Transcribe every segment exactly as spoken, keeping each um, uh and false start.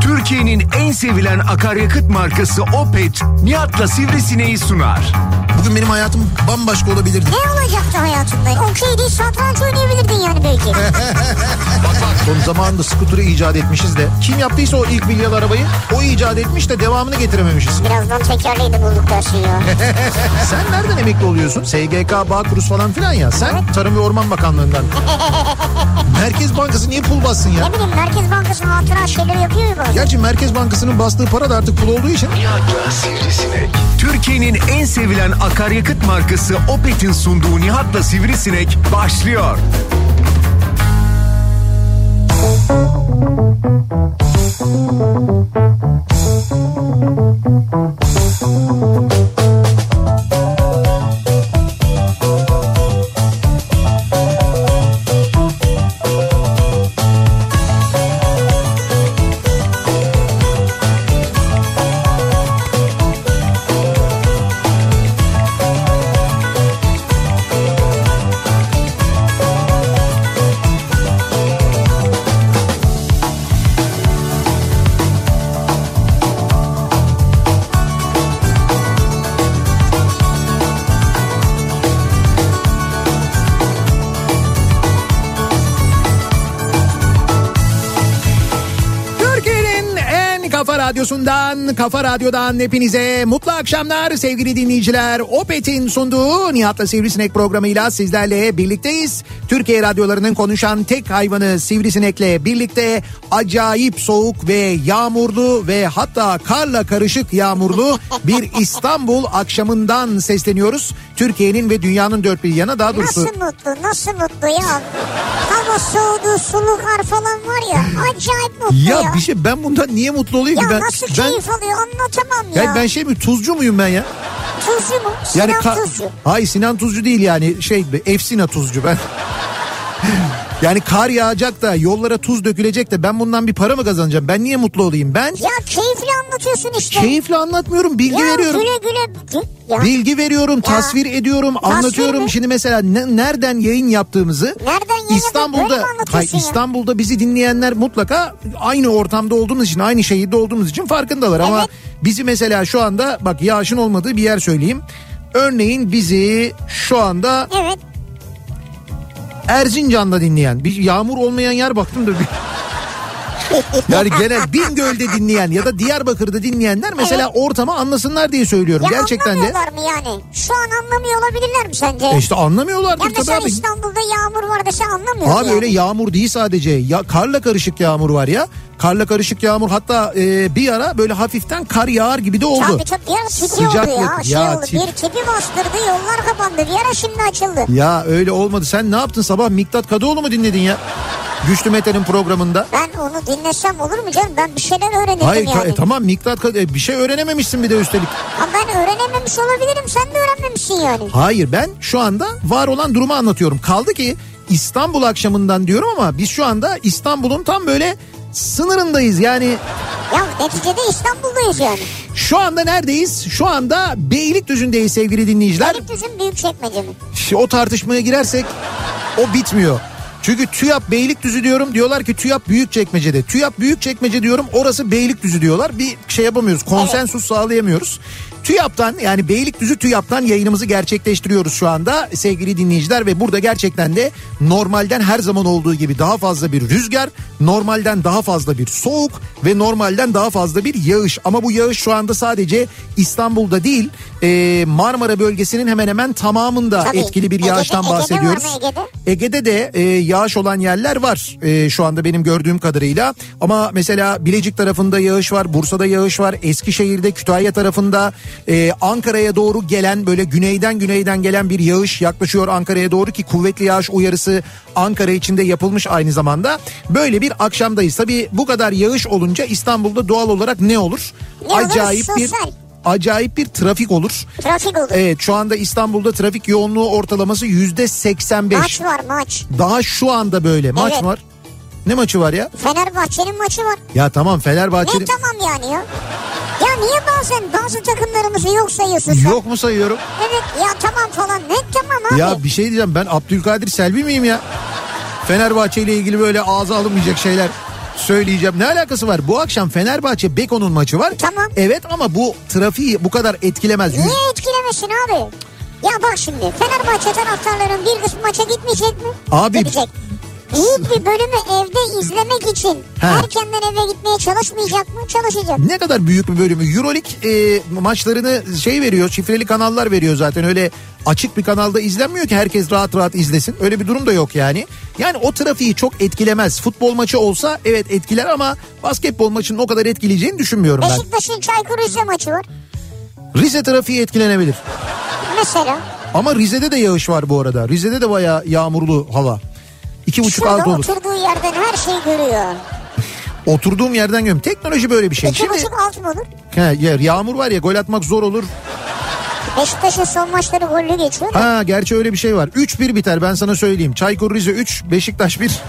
Türkiye'nin en sevilen akaryakıt markası Opet, Nihat'la Sivrisineği sunar. Bugün benim hayatım bambaşka olabilirdi. Ne olacaktı hayatında? Okey değil, satranç oynayabilirdin yani belki. Son zamanında skuturu icat etmişiz de. Kim yaptıysa o ilk milyalı arabayı o icat etmiş de devamını getirememişiz. Birazdan tekerleği de bulduk dersin ya. Sen nereden emekli oluyorsun? S G K, Bağkuruz falan filan ya. Sen evet. Tarım ve Orman Bakanlığı'ndan. Merkez Bankası niye pul bassın ya? Ne bileyim, Merkez Bankası hatıra şeyleri yapıyor ya bazen. Gerçi Merkez Bankası'nın bastığı para da artık pul olduğu için. Nihat'la Sivrisinek. Türkiye'nin en sevilen akaryakıt markası Opet'in sunduğu Nihat'la Sivrisinek başlıyor. Radyosu'ndan, Kafa Radyo'dan hepinize mutlu akşamlar sevgili dinleyiciler. Opet'in sunduğu Nihat'la Sivrisinek programıyla sizlerle birlikteyiz. Türkiye radyolarının konuşan tek hayvanı Sivrisinek'le birlikte acayip soğuk ve yağmurlu ve hatta karla karışık yağmurlu bir İstanbul akşamından sesleniyoruz. Türkiye'nin ve dünyanın dört bir yana, daha doğrusu. Nasıl mutlu, nasıl mutlu ya. Hava soğudu, sulu kar falan var ya, acayip mutlu ya. Ya bir şey, ben bundan niye mutlu olayım ya ki? Ben, nasıl ben, keyif alıyor anlatamam ya. Ya ben şey mi, tuzcu muyum ben ya? Tuzcu mu? Sinan yani ka- Tuzcu. Hayır, Sinan Tuzcu değil yani, şey Efsina Tuzcu ben. Yani kar yağacak da yollara tuz dökülecek de ben bundan bir para mı kazanacağım? Ben niye mutlu olayım? Ben ya keyifli anlatıyorsun işte. Keyifli anlatmıyorum, bilgi ya, veriyorum. Güle güle. Ya. Bilgi veriyorum, ya. tasvir ediyorum, tasvir anlatıyorum. Mi? Şimdi mesela ne, nereden yayın yaptığımızı. Nereden yayın İstanbul'da, hayır, İstanbul'da bizi dinleyenler mutlaka aynı ortamda olduğumuz için, aynı şehirde olduğumuz için farkındalar. Evet. Ama bizi mesela şu anda, bak yağışın olmadığı bir yer söyleyeyim. Örneğin bizi şu anda... Evet. Erzincan'da dinleyen, bir yağmur olmayan yer baktım da bir... Yani genel Bingöl'de dinleyen ya da Diyarbakır'da dinleyenler mesela evet. ortamı anlasınlar diye söylüyorum. Ya gerçekten anlamıyorlar de. mı yani? Şu an anlamıyor olabilirler mi sence? E işte anlamıyorlardır tabii abi. Ya mesela İstanbul'da yağmur var dese anlamıyor Abi yani. Öyle yağmur değil sadece. Ya karla karışık yağmur var ya. Karla karışık yağmur, hatta e, bir ara böyle hafiften kar yağar gibi de oldu. Tabii tabii, bir ara tipi oldu ya. Şey ya oldu, tip... Bir tipi bastırdı, yollar kapandı. Bir ara şimdi açıldı. Ya öyle olmadı. Sen ne yaptın sabah, Miktat Kadıoğlu mu dinledin ya? Güçlü Mete'nin programında. Ben onu dinlesem olur mu canım? Ben bir şeyler öğrenirdim. Hayır, yani. Hayır tamam, Miktat Kadıoğlu bir şey öğrenememişsin bir de üstelik. Ama ben öğrenememiş olabilirim, sen de öğrenmemişsin yani. Hayır, ben şu anda var olan durumu anlatıyorum. Kaldı ki İstanbul akşamından diyorum ama biz şu anda İstanbul'un tam böyle sınırındayız yani. Ya neticede İstanbul'dayız yani. Şu anda neredeyiz? Şu anda Beylikdüzü'ndeyiz sevgili dinleyiciler. Beylikdüzü Büyükçekmece mi? O tartışmaya girersek o bitmiyor. Çünkü TÜYAP Beylikdüzü diyorum, diyorlar ki TÜYAP Büyükçekmece'de. TÜYAP Büyükçekmece diyorum, orası Beylikdüzü diyorlar. Bir şey yapamıyoruz, konsensus evet. sağlayamıyoruz. TÜYAP'tan, yani Beylikdüzü TÜYAP'tan yayınımızı gerçekleştiriyoruz şu anda sevgili dinleyiciler ve burada gerçekten de normalden her zaman olduğu gibi daha fazla bir rüzgar, normalden daha fazla bir soğuk ve normalden daha fazla bir yağış. Ama bu yağış şu anda sadece İstanbul'da değil, Marmara bölgesinin hemen hemen tamamında Tabii. etkili bir yağıştan Ege'de, bahsediyoruz. Ege'de, Ege'de? Ege'de de e, yağış olan yerler var e, şu anda benim gördüğüm kadarıyla. Ama mesela Bilecik tarafında yağış var, Bursa'da yağış var, Eskişehir'de, Kütahya tarafında, e, Ankara'ya doğru gelen, böyle güneyden güneyden gelen bir yağış yaklaşıyor Ankara'ya doğru ki kuvvetli yağış uyarısı Ankara içinde yapılmış aynı zamanda. Böyle bir akşamdayız. Tabii bu kadar yağış olunca İstanbul'da doğal olarak ne olur? Ne Acayip olur? bir... Sosyal. Acayip bir trafik olur. Trafik olur. Evet, şu anda İstanbul'da trafik yoğunluğu ortalaması yüzde seksen beş. Maç var maç. Daha şu anda böyle maç evet. var. Ne maçı var ya? Fenerbahçe'nin maçı var. Ya tamam Fenerbahçe'nin. Ne tamam yani ya? Ya niye bazen bazı takımlarımızı yok sayıyorsun sen? Yok mu sayıyorum? Evet ya tamam falan, ne tamam abi? Ya bir şey diyeceğim, ben Abdülkadir Selvi miyim ya? Fenerbahçe ile ilgili böyle ağza alınmayacak şeyler söyleyeceğim. Ne alakası var? Bu akşam Fenerbahçe Beko'nun maçı var. Tamam. Evet ama bu trafiği bu kadar etkilemez. Niye etkilemesin abi? Ya bak şimdi Fenerbahçe taraftarların bir kısmı maça gitmeyecek mi? Abi. Gidecek. Büyük bir bölümü evde izlemek için He. erkenden eve gitmeye çalışmayacak mı? Çalışacak. Ne kadar büyük bir bölümü. Euroleague e, maçlarını şey veriyor, şifreli kanallar veriyor zaten. Öyle açık bir kanalda izlenmiyor ki herkes rahat rahat izlesin. Öyle bir durum da yok yani. Yani o trafiği çok etkilemez. Futbol maçı olsa evet etkiler ama basketbol maçının o kadar etkileyeceğini düşünmüyorum ben. Beşiktaş'ın Çaykur Rize maçı var. Rize trafiği etkilenebilir. Mesela. Ama Rize'de de yağış var bu arada. Rize'de de bayağı yağmurlu hava. İki buçuk Şurada alt olur. oturduğu yerden her şeyi görüyor. Oturduğum yerden görüyorum. Teknoloji böyle bir şey. İki Şimdi, buçuk alt mı olur? he, yer, yağmur var ya gol atmak zor olur. Beşiktaş'ın son maçları gollü geçiyor da. Ha gerçi öyle bir şey var. üç bir biter ben sana söyleyeyim. Çaykur Rize üç, Beşiktaş bir.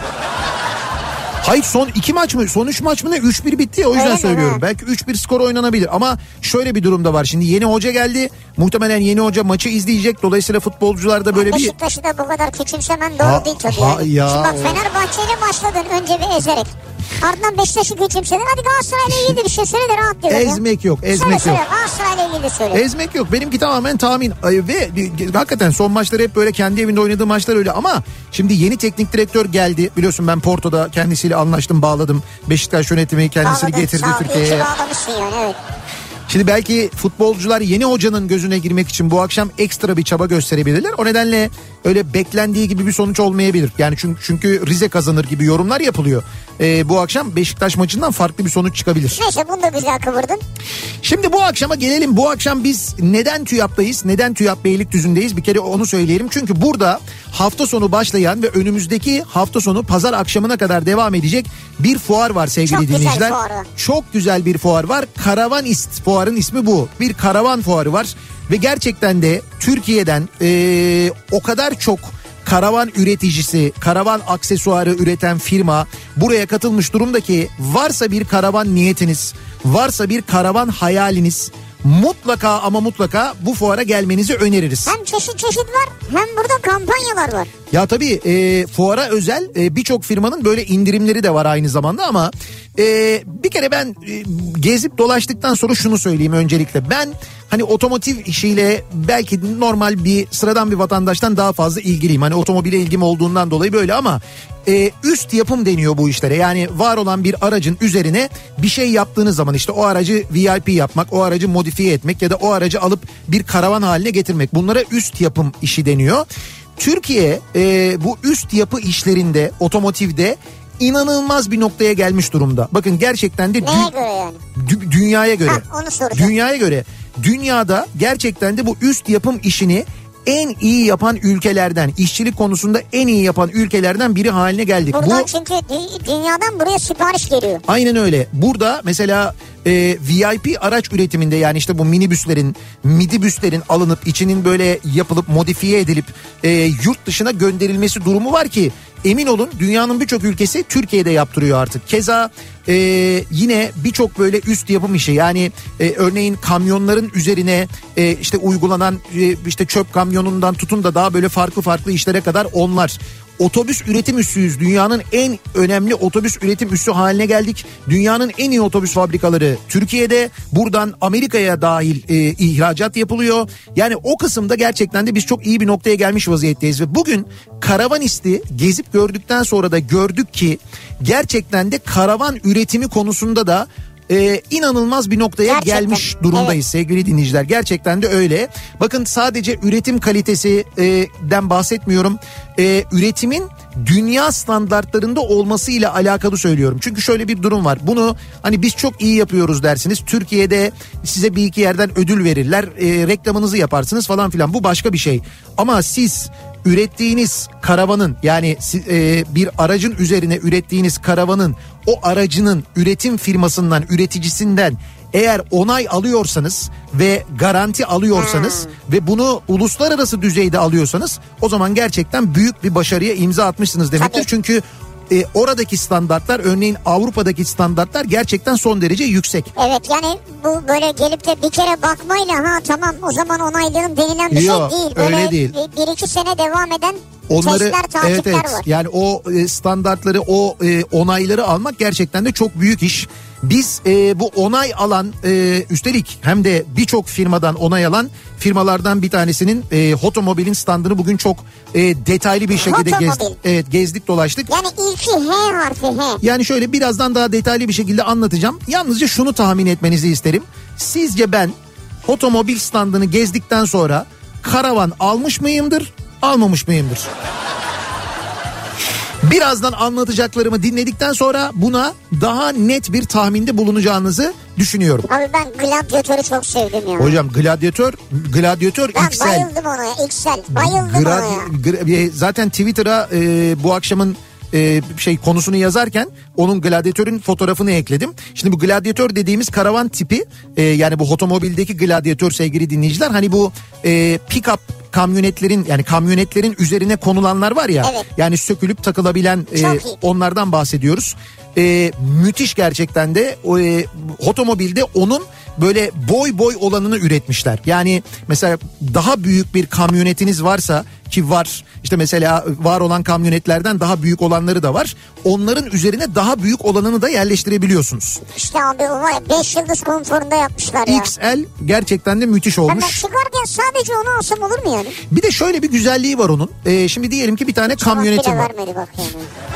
Hayır son iki maç mı? Son üç maç mı ne? üç bir bitti ya o yüzden Öyle mi? söylüyorum. Ha. Belki üç bir skor oynanabilir ama şöyle bir durum da var. Şimdi yeni hoca geldi. Muhtemelen yeni hoca maçı izleyecek. Dolayısıyla futbolcular da böyle bir... Beşiktaş'ı da bu kadar küçümsemen doğru Ha, değil tabii ha, yani. ya. Şimdi bak Fenerbahçe'yle başladın önce bir ezerek. Ardından Beşiktaş'ı küçümsedin. Hadi Galatasaray'la ilgili bir şey söyle de rahat diyorum. Ezmek yok, ezmek söyle, yok. Söyle Galatasaray'la ilgili söyle. Ezmek yok. Benimki tamamen tahmin. Ay, ve hakikaten son maçları hep böyle kendi evinde oynadığı maçlar öyle ama şimdi yeni teknik direktör geldi. Biliyorsun ben Porto'da kendisiyle anlaştım, bağladım. Beşiktaş yönetimi kendisini Bağladın, getirdi sağ ol, Türkiye'ye. iyi ki bağlamışsın yani evet. Şimdi belki futbolcular yeni hocanın gözüne girmek için bu akşam ekstra bir çaba gösterebilirler. O nedenle öyle beklendiği gibi bir sonuç olmayabilir. Yani çünkü, çünkü Rize kazanır gibi yorumlar yapılıyor. Ee, bu akşam Beşiktaş maçından farklı bir sonuç çıkabilir. Neyse bunu da güzel kıvırdın. Şimdi bu akşama gelelim. Bu akşam biz neden TÜYAP'tayız? Neden TÜYAP Beylikdüzü'ndeyiz? Bir kere onu söyleyelim. Çünkü burada hafta sonu başlayan ve önümüzdeki hafta sonu pazar akşamına kadar devam edecek bir fuar var sevgili Çok güzel dinleyiciler. fuarı. Çok güzel bir fuar var. Karavanist fuarın ismi bu. Bir karavan fuarı var. Ve gerçekten de Türkiye'den ee, o kadar çok karavan üreticisi, karavan aksesuarı üreten firma buraya katılmış durumda ki varsa bir karavan niyetiniz, varsa bir karavan hayaliniz mutlaka ama mutlaka bu fuara gelmenizi öneririz. Hem çeşit çeşit var hem burada kampanyalar var. Ya tabii e, fuara özel e, birçok firmanın böyle indirimleri de var aynı zamanda ama e, bir kere ben e, gezip dolaştıktan sonra şunu söyleyeyim öncelikle. Ben hani otomotiv işiyle belki normal bir sıradan bir vatandaştan daha fazla ilgiliyim. Hani otomobile ilgim olduğundan dolayı böyle ama e, üst yapım deniyor bu işlere. Yani var olan bir aracın üzerine bir şey yaptığınız zaman işte o aracı V I P yapmak, o aracı modifiye etmek ya da o aracı alıp bir karavan haline getirmek. Bunlara üst yapım işi deniyor. Türkiye e, bu üst yapı işlerinde, otomotivde inanılmaz bir noktaya gelmiş durumda. Bakın gerçekten de dü- Neye göre yani? dü- dünyaya göre. Ha, onu soracağım. Dünyaya göre. Dünyada gerçekten de bu üst yapım işini en iyi yapan ülkelerden, işçilik konusunda en iyi yapan ülkelerden biri haline geldik. Buradan Bu çünkü dü- dünyadan buraya sipariş geliyor. aynen öyle. Burada mesela e, V I P araç üretiminde yani işte bu minibüslerin, midibüslerin alınıp içinin böyle yapılıp modifiye edilip e, yurt dışına gönderilmesi durumu var ki emin olun dünyanın birçok ülkesi Türkiye'de yaptırıyor artık. Keza e, yine birçok böyle üst yapım işi yani e, örneğin kamyonların üzerine e, işte uygulanan e, işte çöp kamyonundan tutun da daha böyle farklı farklı işlere kadar onlar. Otobüs üretim üssüyüz. Dünyanın en önemli otobüs üretim üssü haline geldik. Dünyanın en iyi otobüs fabrikaları Türkiye'de. Buradan Amerika'ya dahil e, ihracat yapılıyor. Yani o kısımda gerçekten de biz çok iyi bir noktaya gelmiş vaziyetteyiz. Ve bugün Karavanisti gezip gördükten sonra da gördük ki gerçekten de karavan üretimi konusunda da Ee, inanılmaz bir noktaya Gerçekten. gelmiş durumdayız evet. Sevgili dinleyiciler. Gerçekten de öyle. Bakın sadece üretim kalitesinden bahsetmiyorum. Ee, üretimin dünya standartlarında olmasıyla alakalı söylüyorum. Çünkü şöyle bir durum var. Bunu hani biz çok iyi yapıyoruz dersiniz. Türkiye'de size bir iki yerden ödül verirler. E, reklamınızı yaparsınız falan filan. Bu başka bir şey. Ama siz ürettiğiniz karavanın yani e, bir aracın üzerine ürettiğiniz karavanın o aracının üretim firmasından, üreticisinden eğer onay alıyorsanız ve garanti alıyorsanız hmm. ve bunu uluslararası düzeyde alıyorsanız o zaman gerçekten büyük bir başarıya imza atmışsınız demektir. Tabii. Çünkü e, oradaki standartlar örneğin Avrupa'daki standartlar gerçekten son derece yüksek. Evet yani bu böyle gelip de bir kere bakmayla ha tamam o zaman onaylayalım denilen bir Yok, şey değil. Öyle böyle değil. Bir, bir iki sene devam eden onları testler, takipler evet evet var. yani o e, standartları, o e, onayları almak gerçekten de çok büyük iş. Biz e, bu onay alan e, üstelik hem de birçok firmadan onay alan firmalardan bir tanesinin e, Hotomobil'in standını bugün çok e, detaylı bir şekilde gezdik. Evet, gezdik dolaştık. Yani ilki H harfi H. Yani şöyle birazdan daha detaylı bir şekilde anlatacağım. Yalnızca şunu tahmin etmenizi isterim. Sizce ben Hotomobil standını gezdikten sonra karavan almış mıyımdır, almamış mıyımdır? Birazdan anlatacaklarımı dinledikten sonra buna daha net bir tahminde bulunacağınızı düşünüyorum. Abi ben Gladiatör'ü çok sevdim ya. Hocam Gladiator, Gladiator ben X L. Ben bayıldım ona ya, X L. Bayıldım Grad, ona ya. Gra, zaten Twitter'a e, bu akşamın e, şey konusunu yazarken onun Gladiatör'ün fotoğrafını ekledim. Şimdi bu Gladiator dediğimiz karavan tipi e, yani bu otomobildeki Gladiator sevgili dinleyiciler, hani bu e, pick-up kamyonetlerin, yani kamyonetlerin üzerine konulanlar var ya, evet. Yani sökülüp takılabilen e, onlardan bahsediyoruz. E, müthiş gerçekten de e, otomobilde onun böyle boy boy olanını üretmişler. Yani mesela daha büyük bir kamyonetiniz varsa, ki var işte, mesela var olan kamyonetlerden daha büyük olanları da var. Onların üzerine daha büyük olanını da yerleştirebiliyorsunuz. İşte abi o var ya, beş yıldız konforunda yapmışlar ya. X L gerçekten de müthiş olmuş. Ben çıkarken sadece onu alsam olur mu yani? Bir de şöyle bir güzelliği var onun. Ee, şimdi diyelim ki bir tane Hiç kamyonetim var. vermedi bak yani.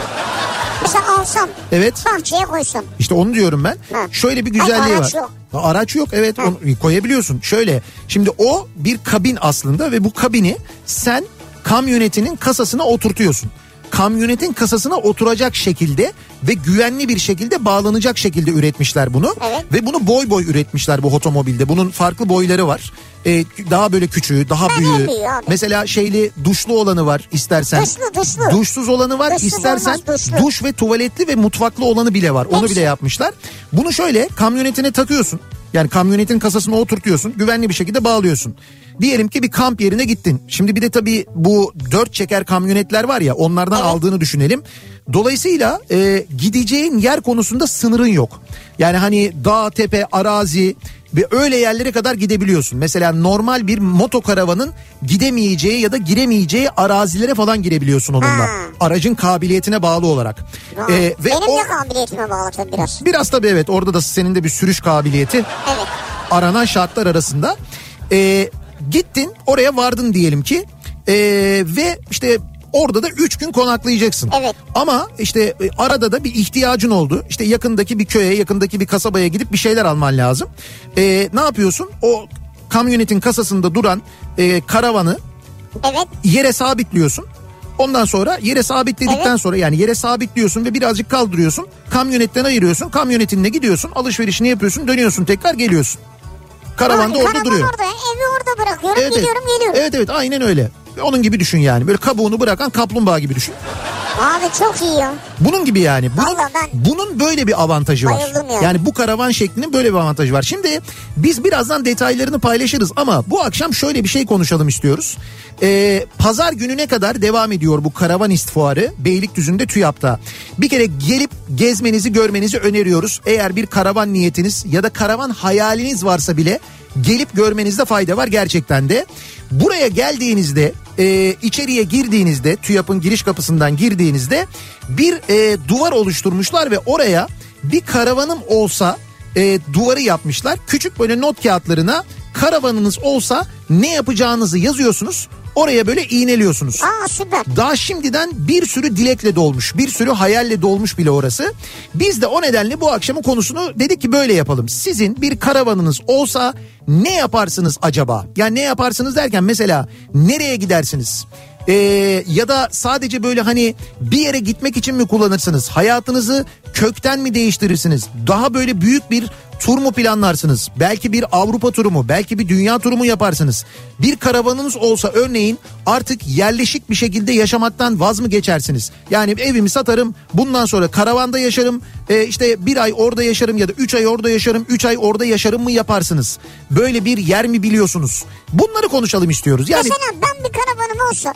Mesela alsam, evet. bahçeye koysam. İşte onu diyorum ben. Ha. Şöyle bir güzelliği araç var. Yok. Araç yok, evet, onu koyabiliyorsun. Şöyle, şimdi o bir kabin aslında ve bu kabini sen kamyonetinin kasasına oturtuyorsun. Kamyonetin kasasına oturacak şekilde ve güvenli bir şekilde bağlanacak şekilde üretmişler bunu. Evet. Ve bunu boy boy üretmişler bu otomobilde. Bunun farklı boyları var. Ee, daha böyle küçüğü, daha ne büyüğü. Mesela şeyli, duşlu olanı var istersen. Duşlu, duşlu. Duşsuz olanı var. Duşsuz istersen olmaz, duşlu. duş ve tuvaletli ve mutfaklı olanı bile var. Onu Hepsi. bile yapmışlar. Bunu şöyle kamyonetine takıyorsun. Yani kamyonetin kasasına oturtuyorsun. Güvenli bir şekilde bağlıyorsun. Diyelim ki bir kamp yerine gittin. Şimdi bir de tabii bu dört çeker kamyonetler var ya, onlardan evet. aldığını düşünelim. Dolayısıyla e, gideceğin yer konusunda sınırın yok. Yani hani dağ, tepe, arazi ve öyle yerlere kadar gidebiliyorsun. Mesela normal bir motokaravanın gidemeyeceği ya da giremeyeceği arazilere falan girebiliyorsun onunla. Ha. Aracın kabiliyetine bağlı olarak. Ee, ve Benim o, de kabiliyetime bağlı tabii biraz. Biraz tabii evet, orada da senin de bir sürüş kabiliyeti. Evet. Aranan şartlar arasında. Ee, gittin oraya, vardın diyelim ki ee, ve işte orada da üç gün konaklayacaksın. Evet. Ama işte arada da bir ihtiyacın oldu. İşte yakındaki bir köye, yakındaki bir kasabaya gidip bir şeyler alman lazım. Ee, ne yapıyorsun? O kamyonetin kasasında duran e, karavanı evet. yere sabitliyorsun. Ondan sonra yere sabitledikten evet. sonra yani yere sabitliyorsun ve birazcık kaldırıyorsun. Kamyonetten ayırıyorsun. Kamyonetinle gidiyorsun. Alışverişini yapıyorsun. Dönüyorsun, tekrar geliyorsun. Karavan da orada karavan duruyor. Orada, evi orada bırakıyorum, evet, gidiyorum evet. geliyorum. Evet evet aynen öyle. Onun gibi düşün yani. Böyle kabuğunu bırakan kaplumbağa gibi düşün. Abi çok iyi ya. Bunun gibi yani. Bunun, ben bunun böyle bir avantajı var. Yani. yani bu karavan şeklinin böyle bir avantajı var. Şimdi biz birazdan detaylarını paylaşırız ama bu akşam şöyle bir şey konuşalım istiyoruz. Ee, Pazar gününe kadar devam ediyor bu Karavanist Fuarı Beylikdüzü'nde TÜYAP'ta. Bir kere gelip gezmenizi, görmenizi öneriyoruz. Eğer bir karavan niyetiniz ya da karavan hayaliniz varsa bile gelip görmenizde fayda var gerçekten de. Buraya geldiğinizde, e, içeriye girdiğinizde, TÜYAP'ın giriş kapısından girdiğinizde bir e, duvar oluşturmuşlar ve oraya bir karavanım olsa e, duvarı yapmışlar. Küçük böyle not kağıtlarına karavanınız olsa ne yapacağınızı yazıyorsunuz. Oraya böyle iğneliyorsunuz. Aa süper. Daha şimdiden bir sürü dilekle dolmuş, bir sürü hayalle dolmuş bile orası. Biz de o nedenle bu akşamın konusunu dedik ki böyle yapalım. Sizin bir karavanınız olsa ne yaparsınız acaba? Yani ne yaparsınız derken mesela nereye gidersiniz? Ee, ya da sadece böyle hani bir yere gitmek için mi kullanırsınız? Hayatınızı kökten mi değiştirirsiniz? Daha böyle büyük bir tur mu planlarsınız? Belki bir Avrupa turu mu? Belki bir dünya turu mu yaparsınız? Bir karavanınız olsa örneğin artık yerleşik bir şekilde yaşamaktan vaz mı geçersiniz? Yani evimi satarım, bundan sonra karavanda yaşarım, e işte bir ay orada yaşarım ya da üç ay orada yaşarım, üç ay orada yaşarım mı yaparsınız? Böyle bir yer mi biliyorsunuz? Bunları konuşalım istiyoruz. Yani... Mesela ben bir karavanım olsa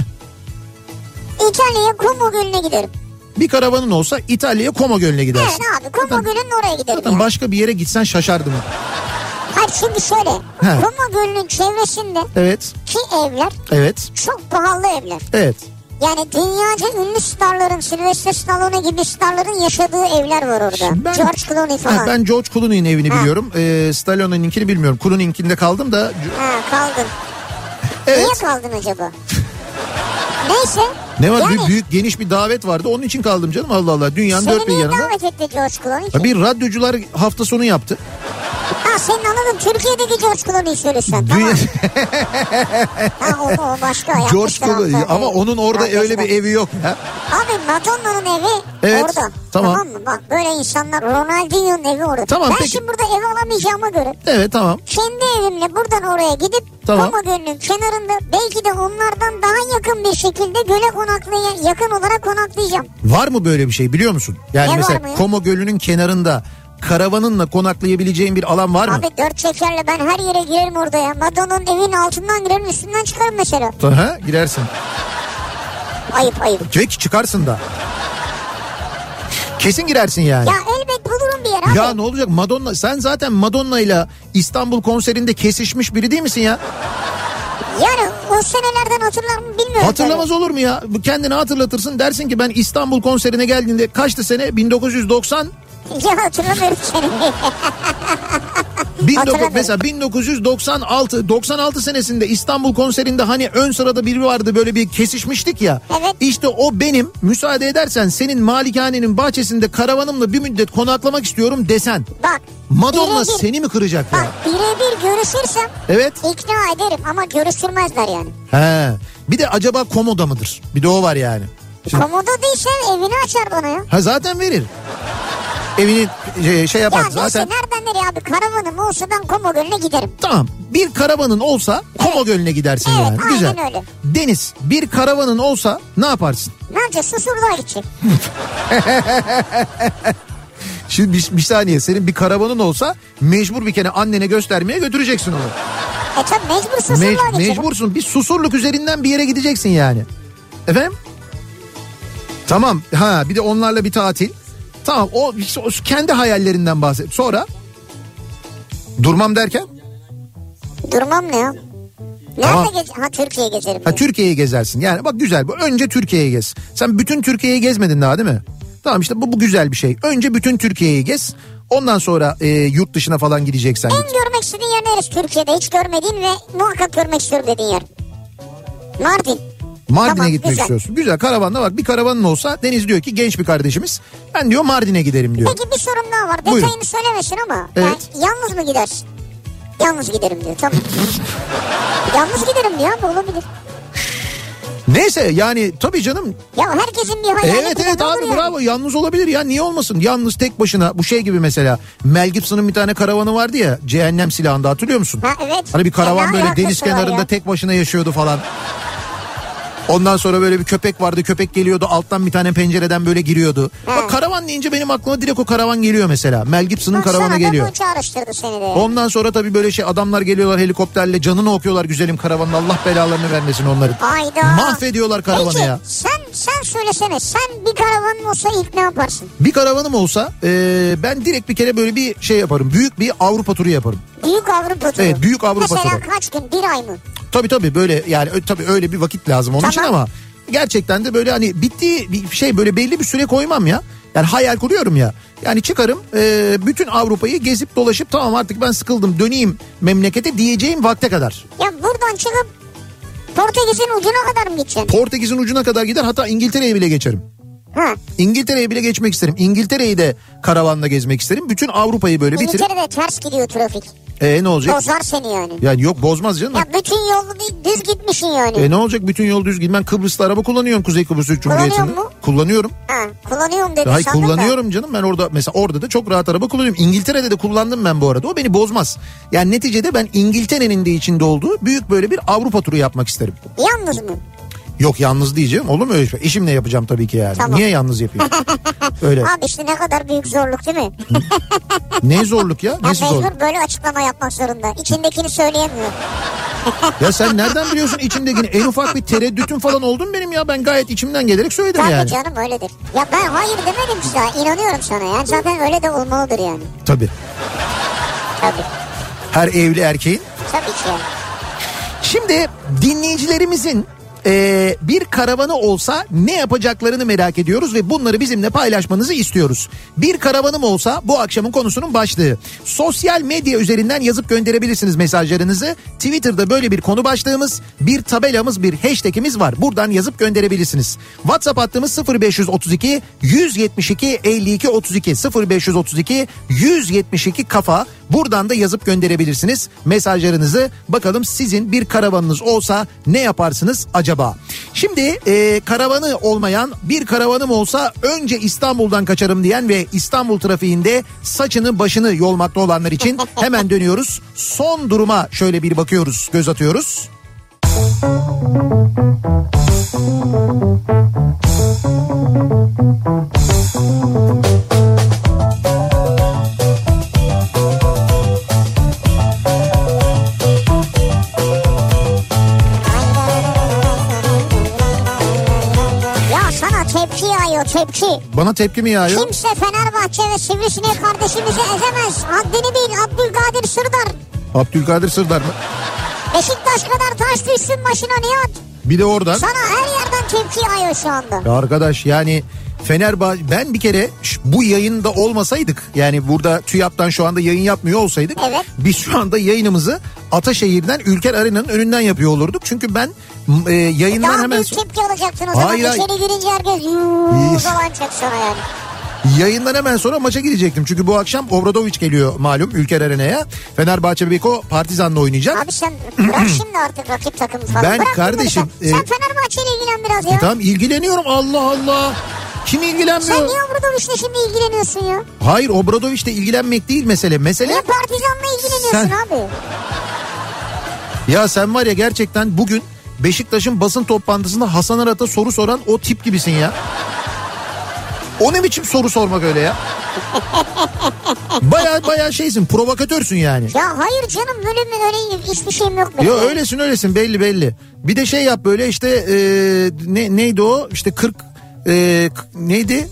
İtalya'ya Como Gölü'ne giderim. Bir karavanın olsa İtalya'ya Como Gölü'ne gidersin. Evet abi, Como Gölü'nün oraya giderim. Zaten yani. Başka bir yere gitsen şaşardım. Hayır şimdi şöyle. He. Como Gölü'nün çevresinde evet. ki evler evet. çok pahalı evler. Evet. Yani dünyaca ünlü starların, Sylvester Stallone gibi starların yaşadığı evler var orada. Ben, George Clooney falan. Ha, ben George Clooney'nin evini ha. biliyorum. Ee, Stallone'ninkini bilmiyorum. Clooney'inkinde kaldım da. Ha kaldın. Evet. Niye kaldın acaba? Neyse. Ne var? Yani, büyük, büyük geniş bir davet vardı. Onun için kaldım canım. Allah Allah. Dünyanın dört bir yanında. Seni niye davet etti George Clooney? Ha, bir radyocular hafta sonu yaptı. Ha senin anladım. Türkiye'deki George Clooney'i söylesen. Dünya... Tamam. Ha o, o başka. George Clooney ama onun orada ha, öyle bir evi yok ya. Abi Madonna'nın evi evet, orada. Tamam. Tamam mı? Bak böyle insanlar, Ronaldinho'nun evi orada. Tamam, ben peki. Şimdi burada ev alamayacağıma göre. Evet tamam. Kendi evimle buradan oraya gidip tamam. Como Gölü'nün kenarında belki de onlardan daha yakın bir şekilde göle konaklaya yakın olarak konaklayacağım. Var mı böyle bir şey biliyor musun? Yani ne mesela Como Gölü'nün kenarında karavanınla konaklayabileceğin bir alan var mı? Abi dört çekerle ben her yere girerim orada ya. Madonna'nın evinin altından girerim, üstünden çıkarım mesela. Ha, girersin. Ayıp ayıp. Peki çıkarsın da. Kesin girersin yani. Ya elbet bulurum bir yer abi. Ya ne olacak Madonna, sen zaten Madonna ile İstanbul konserinde kesişmiş biri değil misin ya? Yani o senelerden hatırlar mı bilmiyorum. Hatırlamaz tabii. Olur mu ya? Kendini hatırlatırsın, dersin ki ben İstanbul konserine geldiğinde kaçtı sene? bin dokuz yüz doksan Ya hatırlamıyorum seni. Mesela bin dokuz yüz doksan altı doksan altı senesinde İstanbul konserinde hani ön sırada biri vardı, böyle bir kesişmiştik ya. Evet. İşte o benim, müsaade edersen senin malikanenin bahçesinde karavanımla bir müddet konaklamak istiyorum desen. Bak. Madonna birebir, seni mi kıracak bak, ya? Bak birebir görüşürsem evet. ikna ederim ama görüştürmezler yani. He. Bir de acaba komoda mıdır? Bir de o var yani. Şimdi... Komoda değilse evini açar bana ya. Ha zaten verir. Evini şey, şey yapar ya zaten. Ya nereden nereye abi, karavanım olsa ben Como Gölü'ne giderim. Tamam, bir karavanın olsa Como evet. Gölü'ne gidersin evet, yani. Aynen güzel. Öyle. Deniz, bir karavanın olsa ne yaparsın? Ne yapacağız? Susurluğa gidecek. Şimdi bir, bir saniye, senin bir karavanın olsa mecbur bir kere annene göstermeye götüreceksin onu. E tabi mecbur Susurluğa Me- gidecek. Mecbursun, bir Susurluk üzerinden bir yere gideceksin yani. Efendim? Tamam, ha bir de onlarla bir tatil. Tamam, o, o kendi hayallerinden bahset. Sonra durmam derken? Durmam ne ya? Nerede tamam. gez? Ha Türkiye'ye gezerim. Ha Türkiye'yi gezersin. Yani bak güzel bu. Önce Türkiye'yi gez. Sen bütün Türkiye'yi gezmedin daha değil mi? Tamam işte bu, bu güzel bir şey. Önce bütün Türkiye'yi gez. Ondan sonra e, yurt dışına falan gideceksen. En git. görmek istediğin yer neresi Türkiye'de? Hiç görmediğin ve muhakkak görmek istiyorum dediğin yer. Mardin. Mardin'e tamam, gitmek güzel. istiyorsun. Güzel, karavanda bak, bir karavanın olsa Deniz diyor ki genç bir kardeşimiz, ben diyor Mardin'e giderim diyor. Peki bir sorum daha var. Buyurun. Detayını söylemesin ama. Evet. Yani yalnız mı gidersin? Yalnız giderim diyor. Tamam. Yalnız giderim diyor abi, olabilir. Neyse yani tabii canım. Ya herkesin bir hayali. Evet evet abi yani. Bravo, yalnız olabilir ya, niye olmasın? Yalnız tek başına, bu şey gibi mesela Mel Gibson'ın bir tane karavanı vardı ya, Cehennem Silahı'nda, hatırlıyor musun? Ha evet. Hani bir karavan ya, böyle deniz kenarında ya. tek başına yaşıyordu falan. Ondan sonra böyle bir köpek vardı, köpek geliyordu alttan bir tane pencereden böyle giriyordu. Ha. Bak karavan deyince benim aklıma direkt o karavan geliyor mesela. Mel Gibson'ın karavanı geliyor. Çağrıştırdı seni de. Ondan sonra tabii böyle şey adamlar geliyorlar helikopterle, canını okuyorlar güzelim karavanın, Allah belalarını vermesin onların. Hayda. Mahvediyorlar karavanı. Peki, ya. sen sen söylesene, sen bir karavanın olsa ilk ne yaparsın? Bir karavanım olsa e, ben direkt bir kere böyle bir şey yaparım. Büyük bir Avrupa turu yaparım. Büyük Avrupa turu. Evet, büyük Avrupa Mesela turu. Mesela kaç gün, bir ay mı? Tabii tabii böyle yani tabii öyle bir vakit lazım onun tamam. için ama gerçekten de böyle hani bittiği bir şey, böyle belli bir süre koymam ya. Yani hayal kuruyorum ya. Yani çıkarım e, bütün Avrupa'yı gezip dolaşıp tamam artık ben sıkıldım döneyim memlekete diyeceğim vakte kadar. Ya buradan çıkıp Portekiz'in ucuna kadar mı gideceksin? Portekiz'in ucuna kadar gider, hatta İngiltere'ye bile geçerim. Ha. İngiltere'ye bile geçmek isterim. İngiltere'yi de karavanla gezmek isterim. Bütün Avrupa'yı böyle bitirip. İngiltere'de ters gidiyor trafik. E ne olacak? Bozar seni yani. Yani yok bozmaz canım. Ya bütün yolu değil, düz gitmişsin yani. E ne olacak bütün yol düz git. Ben Kıbrıs'ta araba kullanıyorum, Kuzey Kıbrıs Türk Cumhuriyeti'nde. Kullanıyor mu? Kullanıyorum. Ha, kullanıyorum dedi. Hayır kullanıyorum da. canım, ben orada mesela orada da çok rahat araba kullanıyorum. İngiltere'de de kullandım ben bu arada. O beni bozmaz. Yani neticede ben İngiltere'nin de içinde olduğu büyük böyle bir Avrupa turu yapmak isterim. Yalnız mı? Yok yalnız diyeceğim. Olur mu öyle şey? Eşimle yapacağım tabii ki yani. Tamam. Niye yalnız yapayım? Öyle. Abi işte ne kadar büyük zorluk değil mi? Ne zorluk ya? Ya Nesi mecbur zorluk? böyle açıklama yapmak zorunda. İçindekini söyleyemiyor. Ya sen nereden biliyorsun içimdekini? En ufak bir tereddütün falan oldu mu benim ya? Ben gayet içimden gelerek söyledim Tabii yani. Tabii canım öyledir. Ya ben hayır demedim ki daha. İnanıyorum sana. Yani zaten öyle de olmalıdır yani. Tabii. Tabii. Her evli erkeğin. Tabii ki yani. Şimdi dinleyicilerimizin Ee, bir karavanı olsa ne yapacaklarını merak ediyoruz ve bunları bizimle paylaşmanızı istiyoruz. Bir karavanım olsa bu akşamın konusunun başlığı. Sosyal medya üzerinden yazıp gönderebilirsiniz mesajlarınızı. Twitter'da böyle bir konu başlığımız, bir tabelamız, bir hashtagimiz var. Buradan yazıp gönderebilirsiniz. WhatsApp hattımız sıfır beş otuz iki yüz yetmiş iki elli iki otuz iki sıfır beş otuz iki yüz yetmiş iki kafa. Buradan da yazıp gönderebilirsiniz mesajlarınızı. Bakalım sizin bir karavanınız olsa ne yaparsınız acaba? Şimdi e, karavanı olmayan, bir karavanım olsa önce İstanbul'dan kaçarım diyen ve İstanbul trafiğinde saçını başını yolmakta olanlar için hemen dönüyoruz. Son duruma şöyle bir bakıyoruz, göz atıyoruz. Tepki yağıyor, tepki. Bana tepki mi yağıyor? Kimse Fenerbahçe ve Sivrisinek kardeşimizi ezemez. Haddini bil Abdülkadir Sırdar. Abdülkadir Sırdar mı? Beşiktaş kadar taş düşsün başına Nihat. Bir de oradan. Sana her yerden tepki yağıyor şu anda. Ya arkadaş yani Fenerbahçe, ben bir kere bu yayında olmasaydık, yani burada TÜYAP'tan şu anda yayın yapmıyor olsaydık, evet, biz şu anda yayınımızı Ataşehir'den Ülker Arena'nın önünden yapıyor olurduk. Çünkü ben e, yayından Daha hemen... büyük tepki alacaktın o zaman. Hayır, İçeri hayır. girince herkes yuuu falan çek sana yani. Yayından hemen sonra maça gidecektim. Çünkü bu akşam Obradoviç geliyor malum Ülker Arena'ya. Fenerbahçe Beko Partizan'la oynayacak. Abi sen bırak şimdi artık rakip takımı falan. Ben bırak kardeşim... Sen, e, sen Fenerbahçe ile ilgilen biraz ya. E, tamam ilgileniyorum, Allah Allah. Kim ilgilenmiyor? Sen niye Obradoviç'le şimdi ilgileniyorsun ya? Hayır, Obradoviç'le ilgilenmek değil mesele. Mesele... Niye Partizan'la ilgileniyorsun sen... abi? Ya sen var ya gerçekten bugün Beşiktaş'ın basın toplantısında Hasan Arat'a soru soran o tip gibisin ya. O ne biçim soru sormak öyle ya? Baya baya şeysin, provokatörsün yani. Ya hayır canım, böyle mi, öyle hiçbir şeyim yok benim. Yo öylesin öylesin belli belli. Bir de şey yap böyle işte e, ne neydi o işte kırk e, neydi?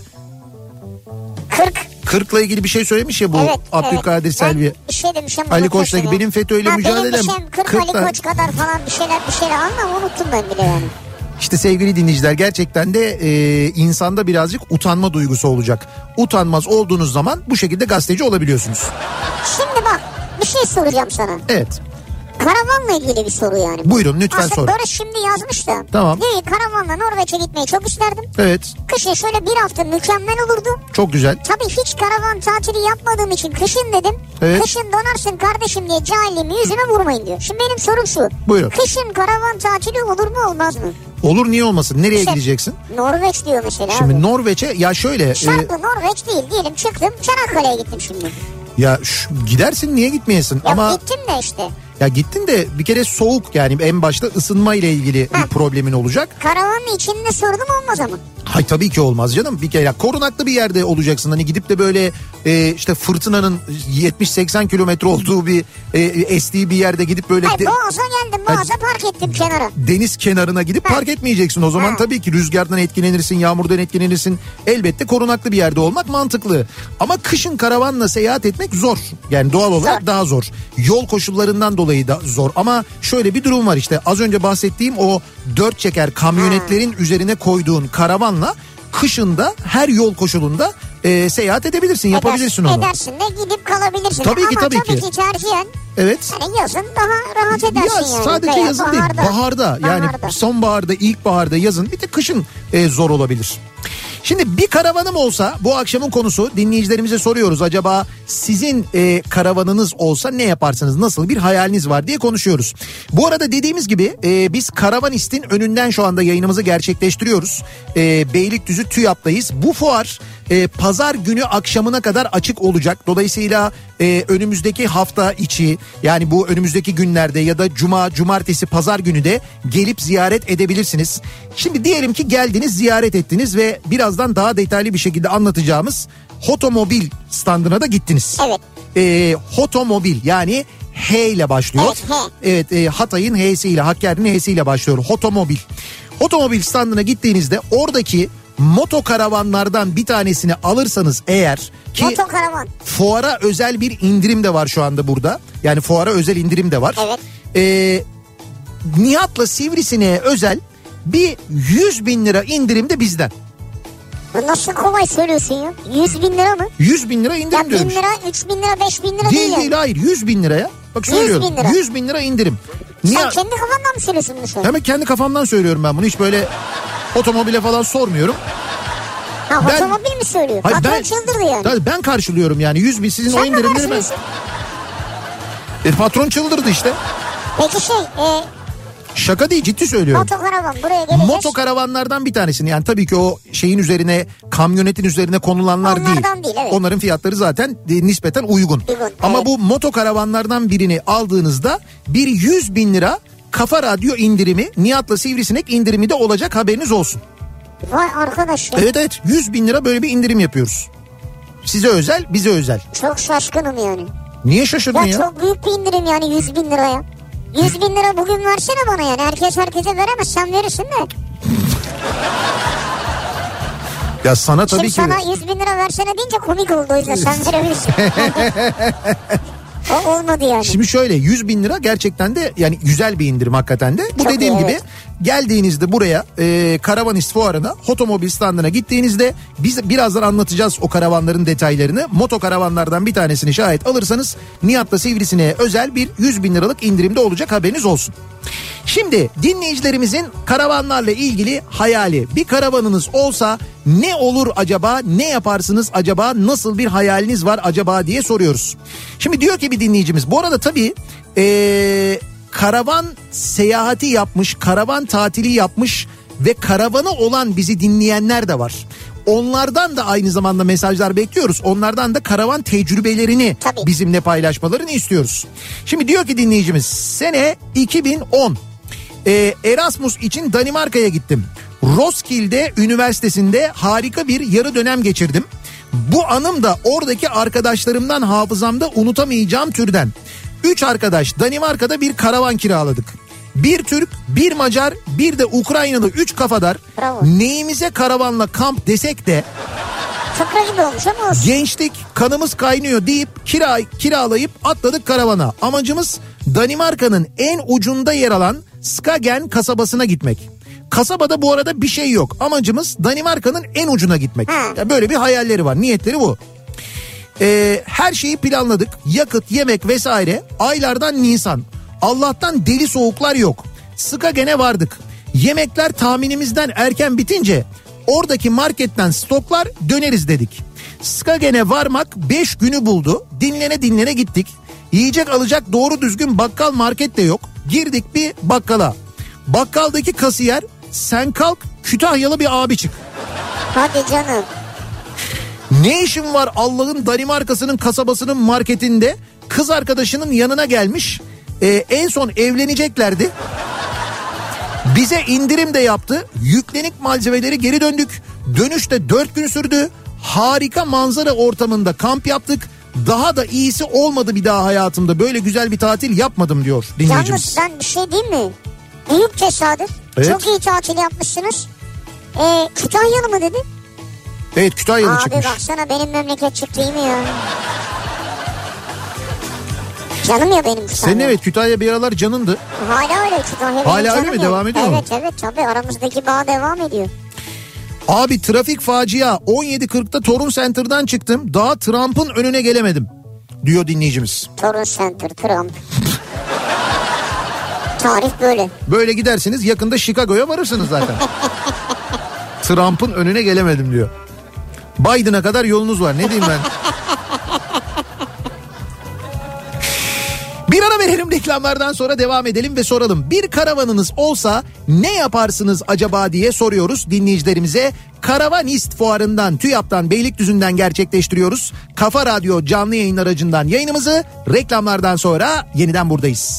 kırk kırkla ilgili bir şey söylemiş ya bu evet, Abdülkadir evet. Selvi. Bir şey demişim. Ali Koç'la ilgili benim FETÖ'yle mücadelem. Benim kırk Ali Koç kadar falan bir şeyler bir şeyler anlam unuttum ben bile yani. İşte sevgili dinleyiciler, gerçekten de e, insanda birazcık utanma duygusu olacak. Utanmaz olduğunuz zaman bu şekilde gazeteci olabiliyorsunuz. Şimdi bak bir şey soracağım sana. Evet. Karavanla ilgili bir soru yani. Buyurun lütfen aslında sorun. Barış şimdi yazmış da. Tamam. Diyor ki karavanla Norveç'e gitmeyi çok isterdim. Evet. Kışın şöyle bir hafta mükemmel olurdu. Çok güzel. Tabii hiç karavan tatili yapmadığım için kışın dedim. Evet. Kışın donarsın kardeşim diye cahilliğimi yüzüme vurmayın diyor. Şimdi benim sorum şu. Buyurun. Kışın karavan tatili olur mu olmaz mı? Olur, niye olmasın? Nereye İşte, gideceksin? Norveç diyor mesela. Şimdi abi. Norveç'e ya şöyle. Şartlı e, Norveç değil diyelim, çıktım Çanakkale'ye gittim şimdi. Ya şu, gidersin, niye gitmeyesin? Ya ama gittim de işte. Ya gittin de bir kere soğuk, yani en başta ısınma ile ilgili Ha. bir problemin olacak. Karavanın içinde sorunum olmaz ama. Hay tabii ki olmaz canım. Bir kere ya, korunaklı bir yerde olacaksın. Hani gidip de böyle e, işte fırtınanın yetmiş seksen kilometre olduğu bir e, estiği bir yerde gidip böyle Hayır, de, Boğaz'a geldim, Boğaz'a park ettim kenara. deniz kenarına gidip Ha. park etmeyeceksin. O zaman Ha. tabii ki rüzgardan etkilenirsin, yağmurdan etkilenirsin. Elbette korunaklı bir yerde olmak mantıklı. Ama kışın karavanla seyahat etmek zor. Yani doğal olarak Zor. daha zor. Yol koşullarından dolayı da zor. Ama şöyle bir durum var, işte az önce bahsettiğim o dört çeker kamyonetlerin ha. üzerine koyduğun karavanla kışında her yol koşulunda e, seyahat edebilirsin, Eder, yapabilirsin onu. Edersin de gidip kalabilirsin. Tabii Ama ki tabii, tabii ki. ki tercihen evet. hani yazın daha rahat edersin ya yani. sadece Veya yazın baharda. değil, baharda. Yani Baharda. sonbaharda, ilkbaharda, yazın, bir de kışın e, zor olabilir. Şimdi bir karavanım olsa, bu akşamın konusu, dinleyicilerimize soruyoruz. Acaba sizin e, karavanınız olsa ne yaparsınız? Nasıl bir hayaliniz var diye konuşuyoruz. Bu arada dediğimiz gibi e, biz Karavanist'in önünden şu anda yayınımızı gerçekleştiriyoruz. E, Beylikdüzü TÜYAP'tayız. Bu fuar e, pazar günü akşamına kadar açık olacak. Dolayısıyla e, önümüzdeki hafta içi, yani bu önümüzdeki günlerde ya da cuma, cumartesi, pazar günü de gelip ziyaret edebilirsiniz. Şimdi diyelim ki geldiniz, ziyaret ettiniz ve birazdan daha detaylı bir şekilde anlatacağımız Hotomobil standına da gittiniz. Evet. E, Hotomobil, yani H ile başlıyor. Evet, H. Evet, e, Hatay'ın H'siyle, Hakkari'nin H'siyle başlıyor. Hotomobil. Hotomobil standına gittiğinizde oradaki motokaravanlardan bir tanesini alırsanız eğer, ki Motokaravan. fuara özel bir indirim de var şu anda burada. Yani fuara özel indirim de var. Evet. Ee, Nihat'la Sivrisine'ye özel bir yüz bin lira indirim de bizden. Nasıl kolay söylüyorsun ya? yüz bin lira mı? yüz bin lira indirim ya diyorum. bin lira, üç bin lira, beş bin lira değil. değil yani. Değil hayır yüz bin liraya. Bak söylüyorum. yüz bin lira. yüz bin lira indirim. Niye? Sen kendi kafandan mı söylüyorsun bunu? Hemen kendi kafamdan söylüyorum ben bunu. Hiç böyle otomobile falan sormuyorum. Ha ben, otomobil mi söylüyor? Hayır, patron ben, çıldırdı yani. Tabii ben karşılıyorum yani yüz bin sizin Sen o indirimleri ben. E, patron çıldırdı işte. Peki şey... E, Şaka değil ciddi söylüyorum. Motokaravan buraya geleceğiz. Motokaravanlardan bir tanesini yani tabii ki o şeyin üzerine kamyonetin üzerine konulanlar Onlardan değil. değil evet. Onların fiyatları zaten nispeten uygun. uygun Ama evet. bu motokaravanlardan birini aldığınızda bir yüz bin lira Kafa Radyo indirimi Nihat'la Sivrisinek indirimi de olacak haberiniz olsun. Vay arkadaş ya. Evet evet yüz bin lira böyle bir indirim yapıyoruz. Size özel bize özel. Çok şaşkınım yani. Niye şaşırdın ya? Ya çok büyük bir indirim yani yüz bin liraya. yüz bin lira bugün versene bana yani. Herkes herkese veremez. Sen verirsin de. Ya sana tabii Şimdi ki. sana yüz bin lira versene deyince komik oldu o yüzden sen verebilirsin. O olmadı yani. Şimdi şöyle yüz bin lira gerçekten de yani güzel bir indirim hakikaten de. Bu Çok dediğim iyi, gibi evet. geldiğinizde buraya e, Karavanist fuarına otomobil standına gittiğinizde biz birazdan anlatacağız o karavanların detaylarını. Moto karavanlardan bir tanesini şayet alırsanız Nihat'la Sivrisine'ye özel bir yüz bin liralık indirimde olacak haberiniz olsun. Şimdi dinleyicilerimizin karavanlarla ilgili hayali bir karavanınız olsa ne olur acaba ne yaparsınız acaba nasıl bir hayaliniz var acaba diye soruyoruz. Şimdi diyor ki bir dinleyicimiz bu arada tabii ee, karavan seyahati yapmış karavan tatili yapmış ve karavanı olan bizi dinleyenler de var. Onlardan da aynı zamanda mesajlar bekliyoruz. Onlardan da karavan tecrübelerini Tabii. bizimle paylaşmalarını istiyoruz. Şimdi diyor ki dinleyicimiz sene iki bin on ee, Erasmus için Danimarka'ya gittim. Roskilde Üniversitesi'nde harika bir yarı dönem geçirdim. Bu anım da oradaki arkadaşlarımdan hafızamda unutamayacağım türden. Üç arkadaş Danimarka'da bir karavan kiraladık. Bir Türk, bir Macar, bir de Ukraynalı üç kafadar. Bravo. Neyimize karavanla kamp desek de Fıkra gibi olmuş ama olsun. gençlik kanımız kaynıyor deyip kira, kiralayıp atladık karavana. Amacımız Danimarka'nın en ucunda yer alan Skagen kasabasına gitmek. Kasabada bu arada bir şey yok. Amacımız Danimarka'nın en ucuna gitmek. Ya böyle bir hayalleri var, niyetleri bu. Ee, her şeyi planladık. Yakıt, yemek vesaire. Aylardan Nisan. Allah'tan deli soğuklar yok. Skagen'e vardık. Yemekler tahminimizden erken bitince oradaki marketten stoklar döneriz dedik. Skagen'e varmak beş günü buldu. Dinlene dinlene gittik. Yiyecek alacak doğru düzgün bakkal market de yok. Girdik bir bakkala. Bakkaldaki kasiyer sen kalk Kütahyalı bir abi çık. Hadi canım. Ne işin var Allah'ın Danimarka'sının kasabasının marketinde? Kız arkadaşının yanına gelmiş. Ee, en son evleneceklerdi. Bize indirim de yaptı. Yüklenik malzemeleri geri döndük. Dönüşte dört gün sürdü. Harika manzara ortamında kamp yaptık. Daha da iyisi olmadı bir daha hayatımda. Böyle güzel bir tatil yapmadım diyor dinleyicimiz. Yalnız ben bir şey diyeyim mi? Büyük tesadüf. Evet. Çok iyi tatil yapmışsınız. Ee, Kütahyalı mı dedi? Evet Kütahyalı Abi çıkmış. baksana benim memleket çıktı iyi mi ya? Canım ya benim Kütahya. Senin evet Kütahya bir aralar canındı. Hala öyle Kütahya. Hala benim öyle canım mi? ya. Devam ediyor mu? Evet evet tabii aramızdaki bağ devam ediyor. Abi trafik facia on yedi kırkta Torun Center'dan çıktım. Daha Trump'ın önüne gelemedim diyor dinleyicimiz. Torun Center, Trump. Tarih böyle. Böyle gidersiniz yakında Chicago'ya varırsınız zaten. Trump'ın önüne gelemedim diyor. Biden'a kadar yolunuz var ne diyeyim ben. Bir ara verelim reklamlardan sonra devam edelim ve soralım. Bir karavanınız olsa ne yaparsınız acaba diye soruyoruz dinleyicilerimize. Karavanist fuarından TÜYAP'tan Beylikdüzü'nden gerçekleştiriyoruz. Kafa Radyo canlı yayın aracından yayınımızı reklamlardan sonra yeniden buradayız.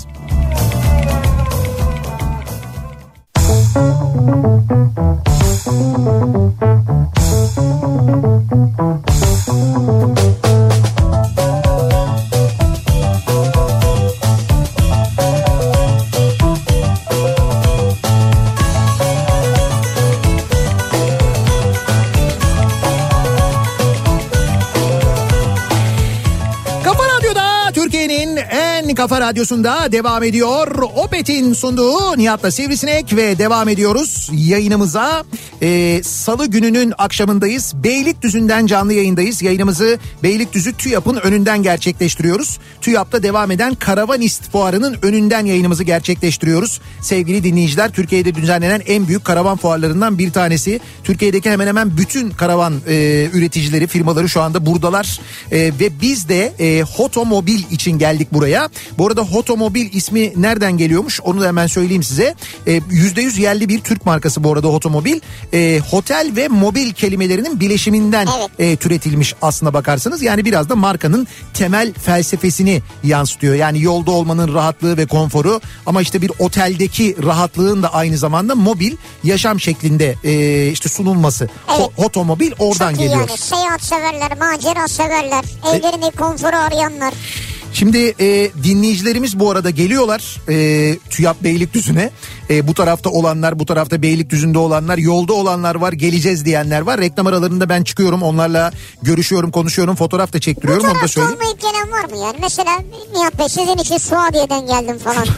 Türkiye'nin en kafa radyosunda devam ediyor. Opet'in sunduğu Nihat'la Sivrisinek ve devam ediyoruz yayınımıza. Ee, Salı gününün akşamındayız. Beylikdüzü'nden canlı yayındayız. Yayınımızı Beylikdüzü TÜYAP'ın önünden gerçekleştiriyoruz. TÜYAP'ta devam eden Karavanist Fuarı'nın önünden yayınımızı gerçekleştiriyoruz. Sevgili dinleyiciler, Türkiye'de düzenlenen en büyük karavan fuarlarından bir tanesi. Türkiye'deki hemen hemen bütün karavan e, üreticileri, firmaları şu anda buradalar. E, ve biz de e, Hotomobil için geldik buraya. Bu arada Hotomobil ismi nereden geliyormuş onu da hemen söyleyeyim size. E, yüzde yüz yerli bir Türk markası bu arada Hotomobil. E, hotel ve mobil kelimelerinin bileşiminden evet. e, türetilmiş aslına bakarsanız. Yani biraz da markanın temel felsefesini yansıtıyor. Yani yolda olmanın rahatlığı ve konforu ama işte bir oteldeki rahatlığın da aynı zamanda mobil yaşam şeklinde e, işte sunulması. Evet. Ho- Hotomobil oradan çok iyi geliyor. yani seyahat severler, macera severler, evlerinde konforu arayanlar. Şimdi e, dinleyicilerimiz bu arada geliyorlar e, TÜYAP Beylikdüzü'ne. E, bu tarafta olanlar, bu tarafta Beylikdüzü'nde olanlar, yolda olanlar var, geleceğiz diyenler var. Reklam aralarında ben çıkıyorum, onlarla görüşüyorum, konuşuyorum, fotoğraf da çektiriyorum. Bu onu da tarafta söyleyeyim. olmayıp gelen var mı yani? Mesela Nihat Bey sizin için Suadiye'den geldim falan.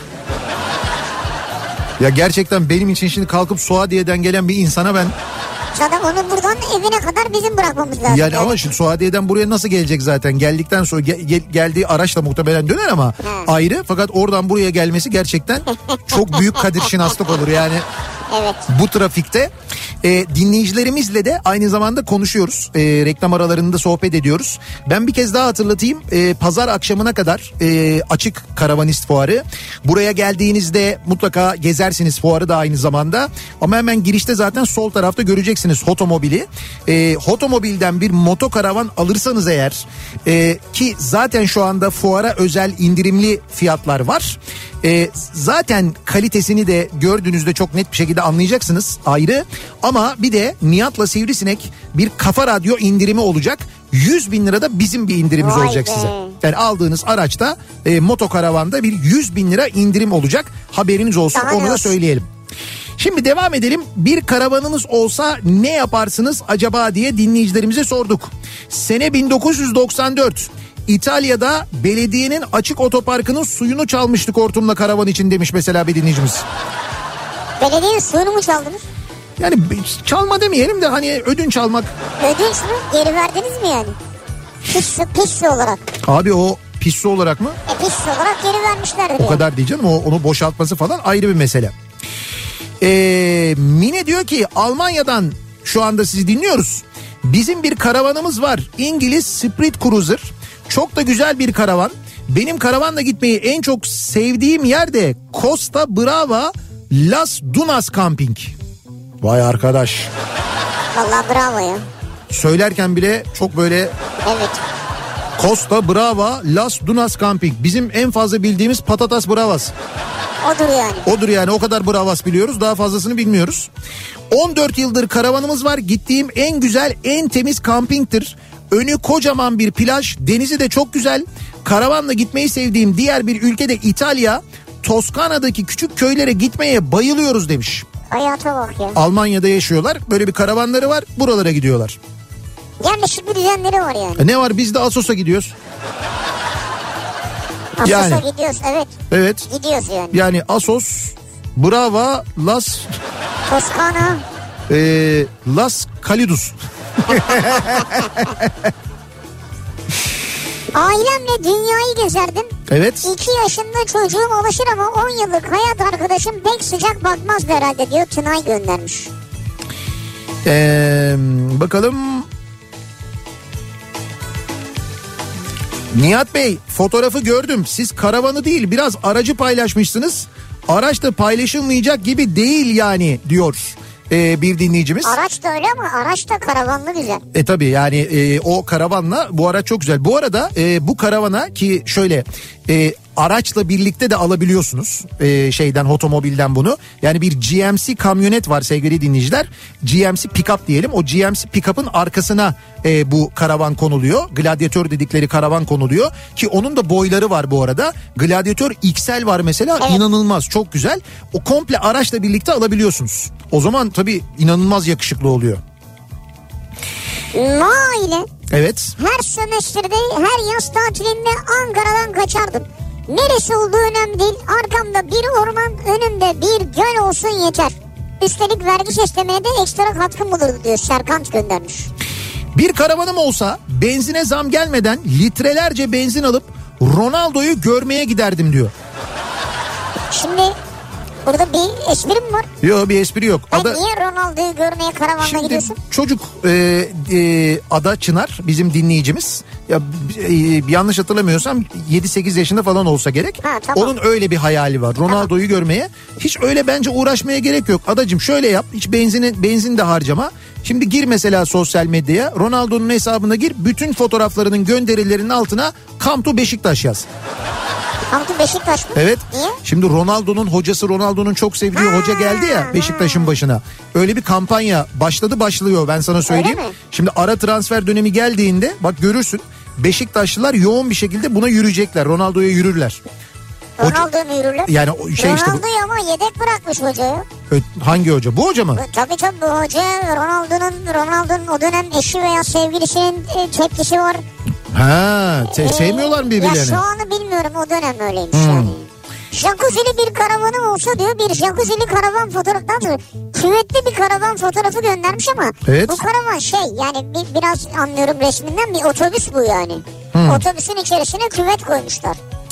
Ya gerçekten benim için şimdi kalkıp Suadiye'den gelen bir insana ben... Zaten onu buradan evine kadar bizim bırakmamız lazım. Yani, yani. ama şimdi Suadiye'den buraya nasıl gelecek zaten? Geldikten sonra gel, gel, geldiği araçla muhtemelen döner ama He. ayrı. Fakat oradan buraya gelmesi gerçekten çok büyük kadir şinaslık olur yani. Evet. Bu trafikte e, dinleyicilerimizle de aynı zamanda konuşuyoruz. E, reklam aralarında sohbet ediyoruz. Ben bir kez daha hatırlatayım. E, pazar akşamına kadar e, açık Karavanist Fuarı. Buraya geldiğinizde mutlaka gezersiniz fuarı da aynı zamanda. Ama hemen girişte zaten sol tarafta göreceksiniz Hotomobili. E, Hotomobil'den bir motokaravan alırsanız eğer e, ki zaten şu anda fuara özel indirimli fiyatlar var. E, zaten kalitesini de gördüğünüzde çok net bir şekilde anlayacaksınız ayrı. Ama bir de Nihat'la Sivrisinek bir kafa radyo indirimi olacak. yüz bin lirada bizim bir indirimimiz Vay olacak be. size. Yani aldığınız araçta e, motokaravanda bir yüz bin lira indirim olacak. Haberiniz olsun, Daha onu da olsun. söyleyelim. Şimdi devam edelim. Bir karavanınız olsa ne yaparsınız acaba diye dinleyicilerimize sorduk. Sene bin dokuz yüz doksan dört. İtalya'da belediyenin açık otoparkının suyunu çalmıştık hortumla karavan için demiş mesela bir dinleyicimiz. Belediyenin suyunu mu çaldınız? Yani çalma demeyelim de hani ödünç almak. Ödünç mü? Geri verdiniz mi yani? Pis su, pis su olarak. Abi o pis su olarak mı? E pis su olarak geri vermişlerdir O yani. kadar diyeceğim, o onu boşaltması falan ayrı bir mesele. Ee, Mine diyor ki Almanya'dan şu anda sizi dinliyoruz. Bizim bir karavanımız var. İngiliz Spirit Cruiser. Çok da güzel bir karavan. Benim karavanla gitmeyi en çok sevdiğim yer de Costa Brava Las Dunas Camping. Vay arkadaş. Vallahi bravo ya. Söylerken bile çok böyle... Evet. Costa Brava Las Dunas Camping. Bizim en fazla bildiğimiz Patatas Bravas. Odur yani. Odur yani, o kadar Bravas biliyoruz, daha fazlasını bilmiyoruz. on dört yıldır karavanımız var. Gittiğim en güzel, en temiz kampingtir. Önü kocaman bir plaj, denizi de çok güzel. Karavanla gitmeyi sevdiğim diğer bir ülke de İtalya. Toskana'daki küçük köylere gitmeye bayılıyoruz demiş. Hayata bak ya. Almanya'da yaşıyorlar. Böyle bir karavanları var. Buralara gidiyorlar. Yerleşik bir düzenleri var yani. E ne var, biz de Assos'a gidiyoruz. Assos'a yani. gidiyoruz, evet. Evet. Gidiyoruz yani. Yani Assos, Brava, Las... Toskana. Ee, Las Calidus. Ailemle dünyayı gezerdim. Evet. İki yaşında çocuğum alışır ama on yıllık hayat arkadaşım pek sıcak bakmazdı herhalde diyor. Tınay göndermiş. Ee, bakalım. Nihat Bey, fotoğrafı gördüm. Siz karavanı değil biraz aracı paylaşmışsınız. Araç da paylaşılmayacak gibi değil yani diyor ee, bir dinleyicimiz. Araç da öyle ama araç da karavanlı güzel. E tabii yani e, o karavanla bu araç çok güzel. Bu arada e, bu karavana ki şöyle e, araçla birlikte de alabiliyorsunuz e, şeyden, Hotomobil'den bunu. Yani bir G M C kamyonet var sevgili dinleyiciler. G M C pick-up diyelim. O G M C pick-up'ın arkasına e, bu karavan konuluyor. Gladiator dedikleri karavan konuluyor. Ki onun da boyları var bu arada. Gladiator X L var mesela, evet. İnanılmaz çok güzel. O komple araçla birlikte alabiliyorsunuz. O zaman tabii inanılmaz yakışıklı oluyor. Ma ile Evet. her sömestrde her yaz tatilinde Ankara'dan kaçardım. Neresi olduğu önemli değil. Arkamda bir orman, önümde bir göl olsun yeter. Üstelik vergi sistemine de ekstra katkım bulur diyor. Serkant göndermiş. Bir karavanım olsa benzine zam gelmeden litrelerce benzin alıp Ronaldo'yu görmeye giderdim diyor. Şimdi burada bir espri mi var? Yok, bir espri yok. Hayır, Ada... niye Ronaldo'yu görmeye karavanla Şimdi gidiyorsun? çocuk e, e, Ada Çınar bizim dinleyicimiz. Ya e, yanlış hatırlamıyorsam yedi sekiz yaşında falan olsa gerek. Ha, tamam. Onun öyle bir hayali var. Ronaldo'yu tamam. görmeye. Hiç öyle bence uğraşmaya gerek yok. Adacığım şöyle yap. Hiç benzini benzin de harcama. Şimdi gir mesela sosyal medyaya. Ronaldo'nun hesabına gir. Bütün fotoğraflarının gönderilerinin altına Come to Beşiktaş yaz. Come to Beşiktaş mı? Evet. Niye? Şimdi Ronaldo'nun hocası, Ronaldo'nun çok sevdiği ha, hoca geldi ya Beşiktaş'ın başına. Öyle bir kampanya başladı başlıyor, ben sana söyleyeyim. Şimdi ara transfer dönemi geldiğinde bak görürsün, Beşiktaşlılar yoğun bir şekilde buna yürüyecekler. Ronaldo'ya yürürler. Ronaldo'ya mı yürürler? Yani o şey işte. Ronaldo'yu ama yedek bırakmış hocaya. Hangi hoca? Bu hoca mı? Tabii tabii, bu hoca Ronaldo'nun Ronaldo'nun o dönem eşi veya sevgilisinin tepkisi var. Ha, se- sevmiyorlar mı birbirlerini? Ya şu anı bilmiyorum, o dönem öyleymiş hmm. yani. Jacuzzi'li bir karavanım olsa diyor, bir jacuzzi'li karavan fotoğrafından sonra küvetli bir karavan fotoğrafı göndermiş ama evet. Bu karavan şey yani bir, biraz anlıyorum resminden, bir otobüs bu yani. Hmm. Otobüsün içerisine küvet koymuşlar.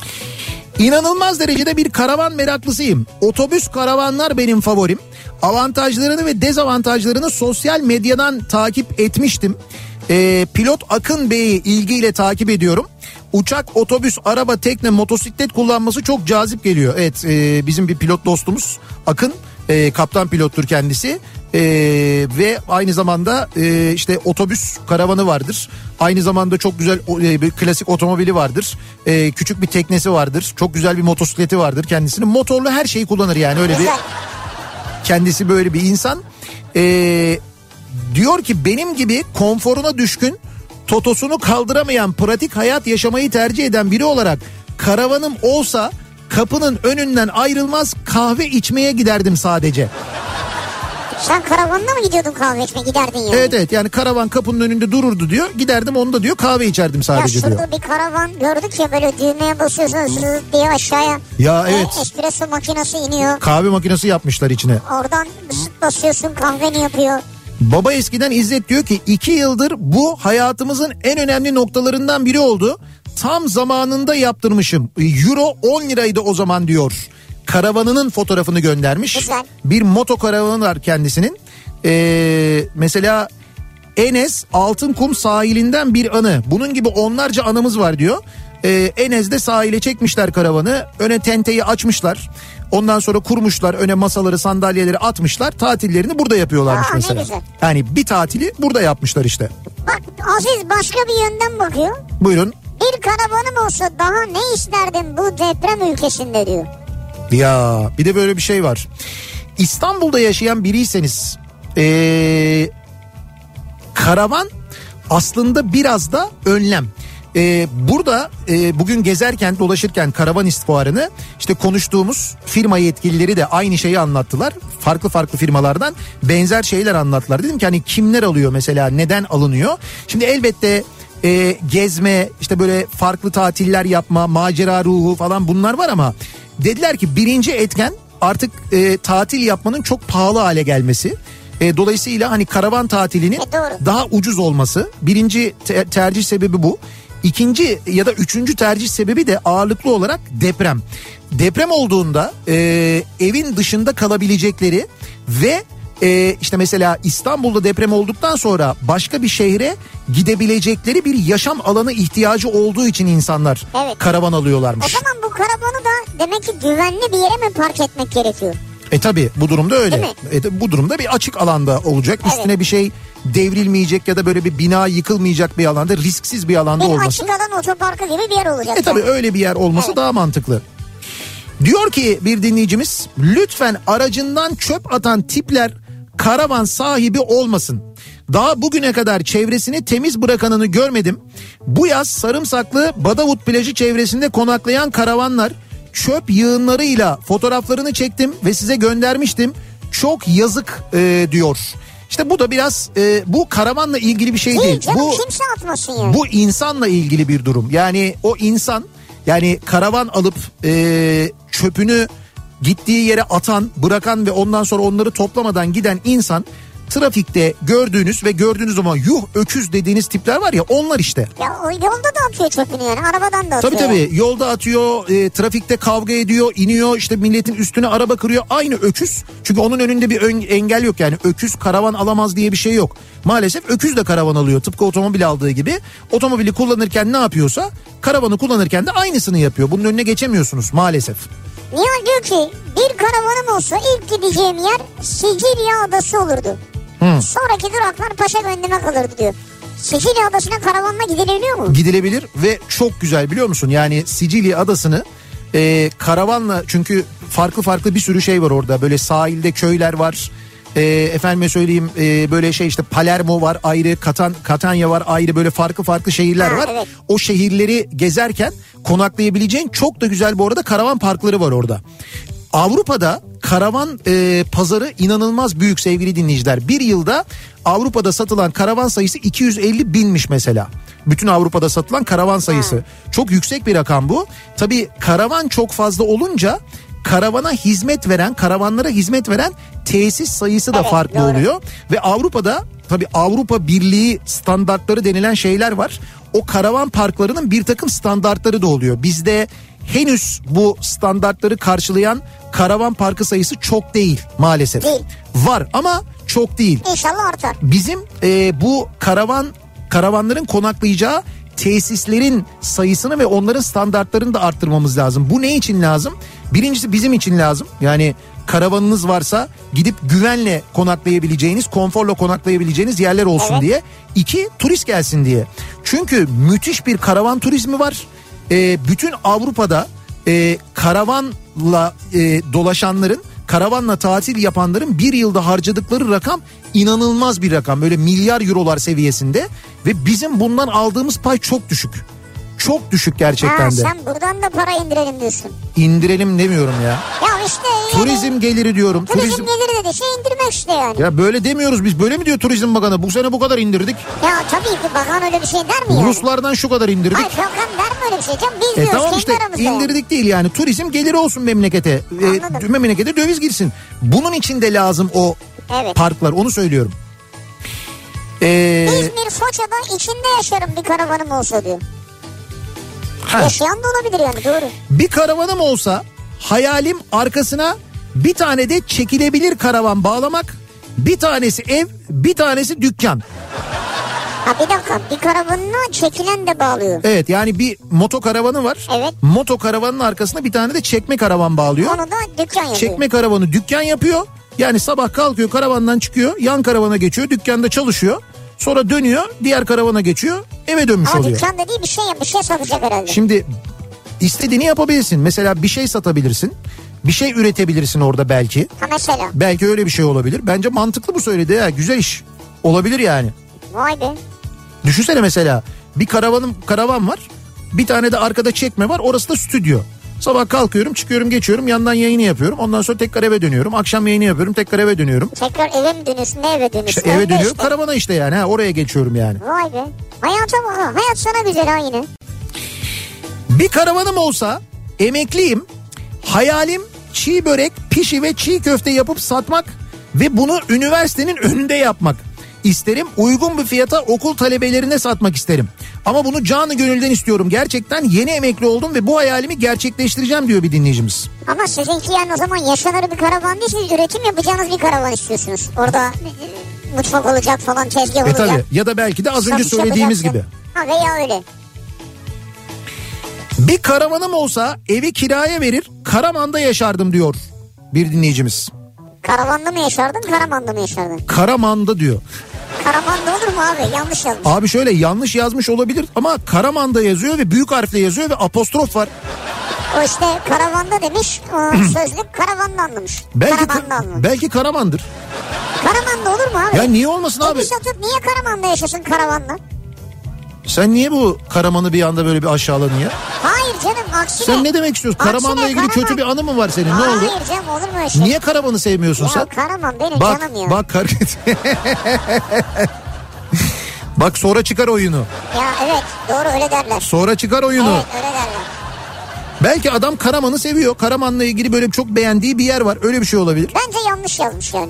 İnanılmaz derecede bir karavan meraklısıyım. Otobüs karavanlar benim favorim. Avantajlarını ve dezavantajlarını sosyal medyadan takip etmiştim. Ee, pilot Akın Bey'i ilgiyle takip ediyorum. Uçak, otobüs, araba, tekne, motosiklet kullanması çok cazip geliyor. Evet, e, bizim bir pilot dostumuz Akın, e, kaptan pilottur kendisi. E, ve aynı zamanda e, işte otobüs karavanı vardır. Aynı zamanda çok güzel e, bir klasik otomobili vardır. E, küçük bir teknesi vardır. Çok güzel bir motosikleti vardır kendisinin. Motorlu her şeyi kullanır yani, öyle bir kendisi böyle bir insan. Eee Diyor ki benim gibi konforuna düşkün, totosunu kaldıramayan, pratik hayat yaşamayı tercih eden biri olarak karavanım olsa kapının önünden ayrılmaz, kahve içmeye giderdim sadece. Sen karavanla mı gidiyordun kahve içmeye, giderdin yani? Evet evet, yani karavan kapının önünde dururdu diyor, giderdim onda diyor, kahve içerdim sadece diyor. Ya şurada diyor. Bir karavan gördük ya, böyle düğmeye basıyorsun sızı diye aşağıya. Ya evet. E, espresso makinesi iniyor. Kahve makinesi yapmışlar içine. Oradan basıyorsun, kahveni yapıyor. Baba eskiden İzzet diyor ki iki yıldır bu hayatımızın en önemli noktalarından biri oldu. Tam zamanında yaptırmışım. Euro on liraydı o zaman diyor. Karavanının fotoğrafını göndermiş. Güzel. Bir moto karavanı var kendisinin. Ee, mesela Enes Altınkum sahilinden bir anı. Bunun gibi onlarca anımız var diyor. Ee, Enes'de sahile çekmişler karavanı. Öne tenteyi açmışlar. Ondan sonra kurmuşlar, öne masaları, sandalyeleri atmışlar. Tatillerini burada yapıyorlarmış. Aa, mesela. Yani bir tatili burada yapmışlar işte. Bak Aziz başka bir yönden bakıyor. Buyurun. Bir karavanım olsa daha ne isterdim bu deprem ülkesinde diyor. Ya bir de böyle bir şey var. İstanbul'da yaşayan biriyseniz ee, karavan aslında biraz da önlem. Ee, burada e, bugün gezerken, dolaşırken karavan fuarını, işte konuştuğumuz firma yetkilileri de aynı şeyi anlattılar. Farklı farklı firmalardan benzer şeyler anlattılar. Dedim ki hani kimler alıyor mesela, neden alınıyor? Şimdi elbette e, gezme, işte böyle farklı tatiller yapma, macera ruhu falan bunlar var ama dediler ki birinci etken artık e, tatil yapmanın çok pahalı hale gelmesi. E, dolayısıyla hani karavan tatilinin e, daha ucuz olması, birinci te- tercih sebebi bu. İkinci ya da üçüncü tercih sebebi de ağırlıklı olarak deprem. Deprem olduğunda e, evin dışında kalabilecekleri ve e, işte mesela İstanbul'da deprem olduktan sonra başka bir şehre gidebilecekleri bir yaşam alanı ihtiyacı olduğu için insanlar evet. karavan alıyorlarmış. O zaman bu karavanı da demek ki güvenli bir yere mi park etmek gerekiyor? E tabi bu durumda öyle. E, bu durumda bir açık alanda olacak. Evet. Üstüne bir şey devrilmeyecek ya da böyle bir bina yıkılmayacak bir alanda, risksiz bir alanda bir olması. Bir açık alan, otoparkı gibi bir yer olacak. E tabi yani. Öyle bir yer olması evet. daha mantıklı. Diyor ki bir dinleyicimiz, lütfen aracından çöp atan tipler karavan sahibi olmasın. Daha bugüne kadar çevresini temiz bırakanını görmedim. Bu yaz Sarımsaklı Badavut plajı çevresinde konaklayan karavanlar çöp yığınlarıyla fotoğraflarını çektim ve size göndermiştim. Çok yazık e, diyor. İşte bu da biraz e, bu karavanla ilgili bir şey değil. Değil canım, bu, kimse atmasın yani. Bu insanla ilgili bir durum. Yani o insan, yani karavan alıp e, çöpünü gittiği yere atan, bırakan ve ondan sonra onları toplamadan giden insan, trafikte gördüğünüz ve gördüğünüz zaman yuh öküz dediğiniz tipler var ya, onlar işte. Ya o yolda da atıyor çöpünü yani, arabadan da atıyor. Tabii tabii, yolda atıyor, e, trafikte kavga ediyor, iniyor, işte milletin üstüne araba kırıyor, aynı öküz. Çünkü onun önünde bir ön, engel yok yani, öküz karavan alamaz diye bir şey yok. Maalesef öküz de karavan alıyor, tıpkı otomobil aldığı gibi. Otomobili kullanırken ne yapıyorsa karavanı kullanırken de aynısını yapıyor. Bunun önüne geçemiyorsunuz maalesef. Nihal diyor ki bir karavanım olsa ilk gideceğim yer Sicilya adası olurdu. Hmm. Sonraki duraklar Paşa Gönlü'me kalırdı diyor. Sicilya adasına karavanla gidilebiliyor mu? Gidilebilir ve çok güzel, biliyor musun? Yani Sicilya adasını e, karavanla, çünkü farklı farklı bir sürü şey var orada. Böyle sahilde köyler var. E, efendime söyleyeyim e, böyle şey işte Palermo var ayrı, Katan, Katanya var ayrı, böyle farklı farklı şehirler ha, var. Evet. O şehirleri gezerken konaklayabileceğin çok da güzel bu arada karavan parkları var orada. Avrupa'da karavan e, pazarı inanılmaz büyük sevgili dinleyiciler. Bir yılda Avrupa'da satılan karavan sayısı iki yüz elli binmiş mesela. Bütün Avrupa'da satılan karavan sayısı. Hmm. Çok yüksek bir rakam bu. Tabii karavan çok fazla olunca karavana hizmet veren, karavanlara hizmet veren tesis sayısı da evet, farklı doğru. oluyor. Ve Avrupa'da tabii Avrupa Birliği standartları denilen şeyler var. O karavan parklarının bir takım standartları da oluyor. Bizde henüz bu standartları karşılayan karavan parkı sayısı çok değil maalesef. Değil. Var ama çok değil. İnşallah artar. Bizim e, bu karavan karavanların konaklayacağı tesislerin sayısını ve onların standartlarını da arttırmamız lazım. Bu ne için lazım? Birincisi bizim için lazım. Yani karavanınız varsa gidip güvenle konaklayabileceğiniz, konforla konaklayabileceğiniz yerler olsun evet. diye. İki, turist gelsin diye. Çünkü müthiş bir karavan turizmi var. E, bütün Avrupa'da e, karavanla e, dolaşanların, karavanla tatil yapanların bir yılda harcadıkları rakam inanılmaz bir rakam. Böyle milyar eurolar seviyesinde ve bizim bundan aldığımız pay çok düşük. Çok düşük gerçekten ha, de. Sen buradan da para indirelim diyorsun. İndirelim demiyorum ya. Ya işte. Turizm yani, geliri diyorum. Turizm, turizm geliri dedi, şey indirmek işte yani. Ya böyle demiyoruz biz, böyle mi diyor Turizm Bakanı? Bu sene bu kadar indirdik. Ya tabii ki bakan öyle bir şey der mi yani? Ruslardan şu kadar indirdik. Hayır bakan der mi öyle bir şey? Canım, biz e diyoruz tamam kendi işte, aramızda. indirdik yani. Değil yani, turizm geliri olsun memlekete. E, memlekete döviz girsin. Bunun için de lazım o evet. parklar, onu söylüyorum. Ee... İzmir Foça'da içinde yaşarım bir karavanım olsa diyor. Ha. Yaşayan da olabilir yani, doğru. Bir karavanım olsa hayalim arkasına bir tane de çekilebilir karavan bağlamak. Bir tanesi ev, bir tanesi dükkan. Ha bir dakika, bir karavanına çekilen de bağlıyor. Evet, yani bir moto karavanı var. Evet. Moto karavanın arkasına bir tane de çekme karavan bağlıyor. Onu da dükkan yapıyor. Çekme karavanı dükkan yapıyor. Yani sabah kalkıyor, karavandan çıkıyor, yan karavana geçiyor, dükkanda çalışıyor. Sonra dönüyor, diğer karavana geçiyor, eve dönmüş ama oluyor. Ama dükkan dediği bir şey bir şey satacak herhalde. Şimdi istediğini yapabilirsin. Mesela bir şey satabilirsin. Bir şey üretebilirsin orada belki. Ha mesela. Belki öyle bir şey olabilir. Bence mantıklı bu söyledi ya. Güzel iş. Olabilir yani. Vay be. Düşünsene mesela bir karavanım karavan var. Bir tane de arkada çekme var. Orası da stüdyo. Sabah kalkıyorum, çıkıyorum, geçiyorum, yandan yayını yapıyorum. Ondan sonra tekrar eve dönüyorum. Akşam yayını yapıyorum, tekrar eve dönüyorum. Tekrar eve mi dönüyorsun, ne eve dönüyorsun? İşte eve dönüyorum, işte. Karavana işte yani. Ha, oraya geçiyorum yani. Vay be. Hayata bak ha. Hayat sana güzel ha yine. Bir karavanım olsa, emekliyim. Hayalim çiğ börek, pişi ve çiğ köfte yapıp satmak ve bunu üniversitenin önünde yapmak. İsterim, uygun bir fiyata okul talebelerine satmak isterim. Ama bunu canı gönülden istiyorum. Gerçekten yeni emekli oldum ve bu hayalimi gerçekleştireceğim diyor bir dinleyicimiz. Ama sizinki yani o zaman yaşanır bir karavan değil, siz üretim yapacağınız bir karavan istiyorsunuz. Orada mutfak olacak falan, tezgah olacak. E tabii, ya da belki de az önce söylediğimiz gibi. Ha veya öyle. Bir karavanım olsa evi kiraya verir, Karaman'da yaşardım diyor bir dinleyicimiz. Karavan'da mı yaşardın, Karaman'da mı yaşardın? Karaman'da diyor. Karaman'da olur mu abi? Yanlış yazmış. Abi şöyle yanlış yazmış olabilir ama Karaman'da yazıyor ve büyük harfle yazıyor ve apostrof var. O işte Karavan'da demiş, o sözlük Karavan'da anlamış. Belki, Karaman'da anlamış. Belki Karaman'dır. Karaman'da olur mu abi? Ya niye olmasın abi? Evi satıp niye Karaman'da yaşasın Karavan'da? Sen niye bu Karaman'ı bir anda böyle bir aşağıladın ya? Hayır canım, aksine. Sen ne demek istiyorsun? Aksine, Karamanla ilgili Karaman... kötü bir anı mı var senin? Aa, ne oldu? Hayır canım, olur mu öyle şey? Niye Karaman'ı sevmiyorsun ya, sen? Ya Karaman benim bak, canım ya. Bak Kar... Bak sonra çıkar oyunu. Ya evet, doğru, öyle derler. Sonra çıkar oyunu. Evet, öyle derler. Belki adam Karaman'ı seviyor. Karaman'la ilgili böyle çok beğendiği bir yer var. Öyle bir şey olabilir. Bence yanlış yazmış yani.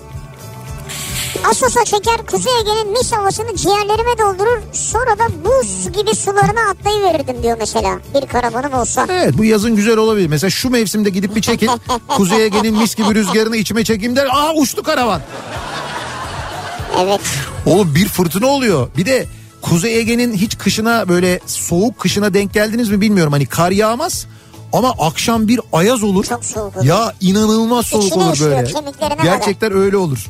Asos'a çeker, Kuzey Ege'nin mis havasını ciğerlerime doldurur, sonra da buz gibi sularına atlayıverirdim diyor mesela. Bir karavanım olsa. Evet, bu yazın güzel olabilir. Mesela şu mevsimde gidip bir çekin. Kuzey Ege'nin mis gibi rüzgarını içime çekeyim der. Aa, uçtu karavan. Evet. Oğlum bir fırtına oluyor. Bir de Kuzey Ege'nin hiç kışına, böyle soğuk kışına denk geldiniz mi bilmiyorum. Hani kar yağmaz ama akşam bir ayaz olur. Çok soğuk olur. Ya inanılmaz soğuk İçine olur işliyor, böyle. Gerçekten kadar. Öyle olur.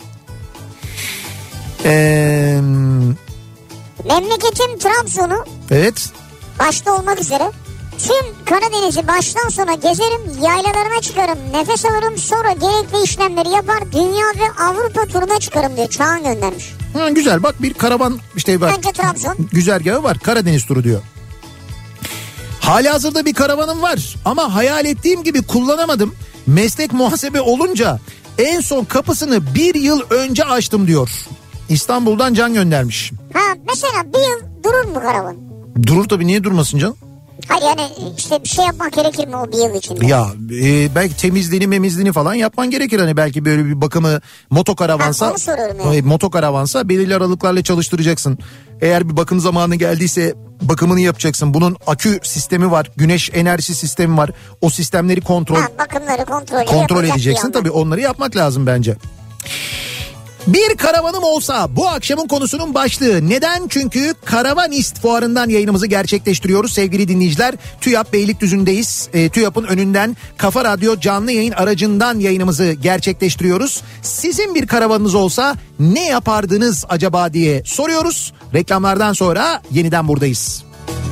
Ee... Memleketim Trabzon'u. Evet. Başta olmak üzere tüm Karadeniz'i baştan sona gezerim, yaylalarına çıkarım, nefes alırım, sonra gerekli işlemleri yapar, dünya ve Avrupa turuna çıkarım diyor. Çağan göndermiş. Ha, güzel, bak bir karavan işte bak. Önce Trabzon. Güzergahı var, Karadeniz turu diyor. Halihazırda bir karavanım var ama hayal ettiğim gibi kullanamadım. Meslek muhasebe olunca en son kapısını bir yıl önce açtım diyor. İstanbul'dan Can göndermiş. Ha, mesela bir yıl durur mu karavan? Durur tabii, niye durmasın canım? Hayır yani işte bir şey yapmak gerekir mi o bir yıl içinde? Ya e, belki temizliğini memizliğini falan yapman gerekir. Hani belki böyle bir bakımı, motokaravansa, yani. motokaravansa belirli aralıklarla çalıştıracaksın. Eğer bir bakım zamanı geldiyse bakımını yapacaksın. Bunun akü sistemi var, güneş enerji sistemi var. O sistemleri kontrol, ha, bakımları kontrol, kontrol edeceksin. Tabii onları yapmak lazım bence. Bir karavanım olsa bu akşamın konusunun başlığı. Neden? Çünkü Karavanist fuarından yayınımızı gerçekleştiriyoruz sevgili dinleyiciler. TÜYAP Beylikdüzü'ndeyiz. E, TÜYAP'ın önünden Kafa Radyo canlı yayın aracından yayınımızı gerçekleştiriyoruz. Sizin bir karavanınız olsa ne yapardınız acaba diye soruyoruz. Reklamlardan sonra yeniden buradayız.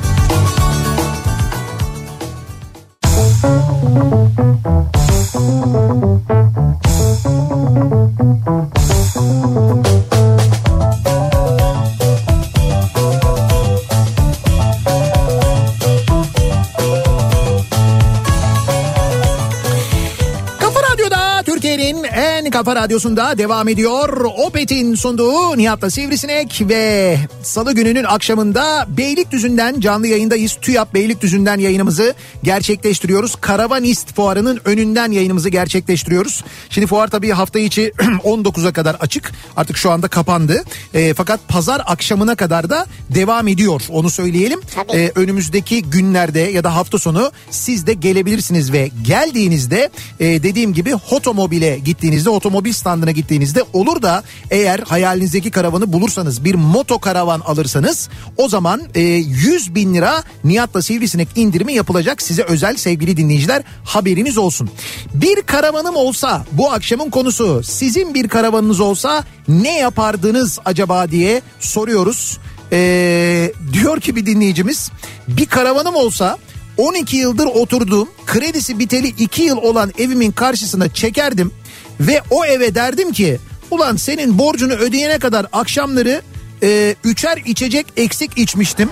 Kafa Radyosu'nda devam ediyor. Opet'in sunduğu Nihat'la Sivrisinek ve Salı gününün akşamında Beylikdüzü'nden canlı yayındayız. TÜYAP Beylikdüzü'nden yayınımızı gerçekleştiriyoruz. Karavanist fuarının önünden yayınımızı gerçekleştiriyoruz. Şimdi fuar tabii hafta içi on dokuza kadar açık. Artık şu anda kapandı. E, fakat pazar akşamına kadar da devam ediyor. Onu söyleyelim. E, önümüzdeki günlerde ya da hafta sonu siz de gelebilirsiniz ve geldiğinizde e, dediğim gibi Hotomobile gittiğinizde, otomobil standına gittiğinizde, olur da eğer hayalinizdeki karavanı bulursanız, bir moto karavan alırsanız o zaman e, yüz bin lira Nihat'la Sivrisinek indirimi yapılacak size özel sevgili dinleyiciler, haberiniz olsun. Bir karavanım olsa bu akşamın konusu. Sizin bir karavanınız olsa ne yapardınız acaba diye soruyoruz. Ee, diyor ki bir dinleyicimiz, bir karavanım olsa on iki yıldır oturduğum, kredisi biteli iki yıl olan evimin karşısına çekerdim ve o eve derdim ki ulan senin borcunu ödeyene kadar akşamları e, üçer içecek eksik içmiştim.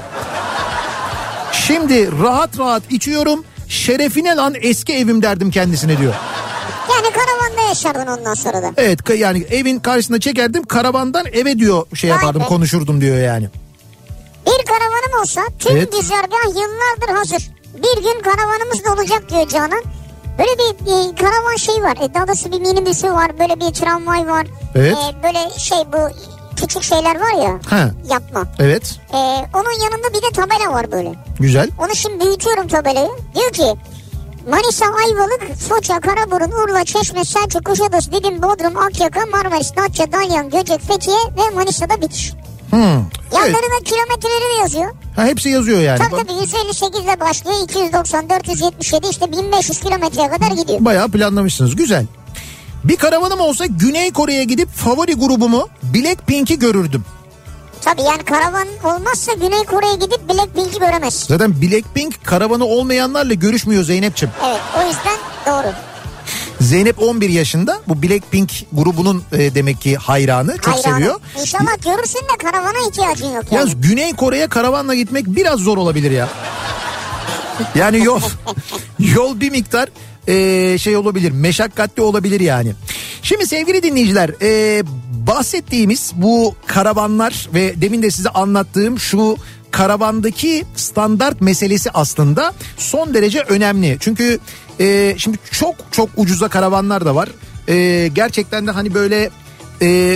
Şimdi rahat rahat içiyorum, şerefine lan eski evim derdim kendisine diyor. Yani karavanda yaşardın ondan sonra da. Evet, yani evin karşısına çekerdim, karavandan eve diyor şey yapardım, konuşurdum diyor yani. Bir karavanım olsa tüm evet. güzergah yıllardır hazır. Bir gün karavanımız da olacak diyor Canan. Böyle bir, bir karavan şey var. E, daha doğrusu bir minibüsü var. Böyle bir tramvay var. Evet. E, böyle şey bu küçük şeyler var ya. Ha. Yapma. Evet. E, onun yanında bir de tabela var böyle. Güzel. Onu şimdi büyütüyorum tabelayı. Diyor ki Manisa, Ayvalık, Foça, Karaburun, Urla, Çeşme, Selçuk, Kuşadası, Didim, Bodrum, Akyaka, Marmaris, Datça, Dalyan, Göcek, Fethiye ve Manisa'da bitiş. Hmm, yanlarına evet. kilometreleri de yazıyor. Ha, hepsi yazıyor yani. Tabii tabii, yüz elli sekiz ile başlıyor, iki yüz doksan, dört yüz yetmiş yedi, işte bin beş yüz kilometreye kadar gidiyor. Bayağı planlamışsınız, güzel. Bir karavanım olsa Güney Kore'ye gidip favori grubumu Blackpink'i görürdüm. Tabii yani karavan olmazsa Güney Kore'ye gidip Blackpink'i göremezsin. Zaten Blackpink karavanı olmayanlarla görüşmüyor Zeynep'ciğim. Evet, o yüzden doğru. Zeynep on bir yaşında, bu Blackpink grubunun e, demek ki hayranı, çok hayranı. seviyor. İnşallah görürsün de karavana ihtiyacın yok yani. Yalnız Güney Kore'ye karavanla gitmek biraz zor olabilir ya. Yani yol yol bir miktar e, şey olabilir, meşakkatli olabilir yani. Şimdi sevgili dinleyiciler, e, bahsettiğimiz bu karavanlar ve demin de size anlattığım şu karavandaki standart meselesi aslında son derece önemli. Çünkü e, şimdi çok çok ucuza karavanlar da var. E, gerçekten de hani böyle e,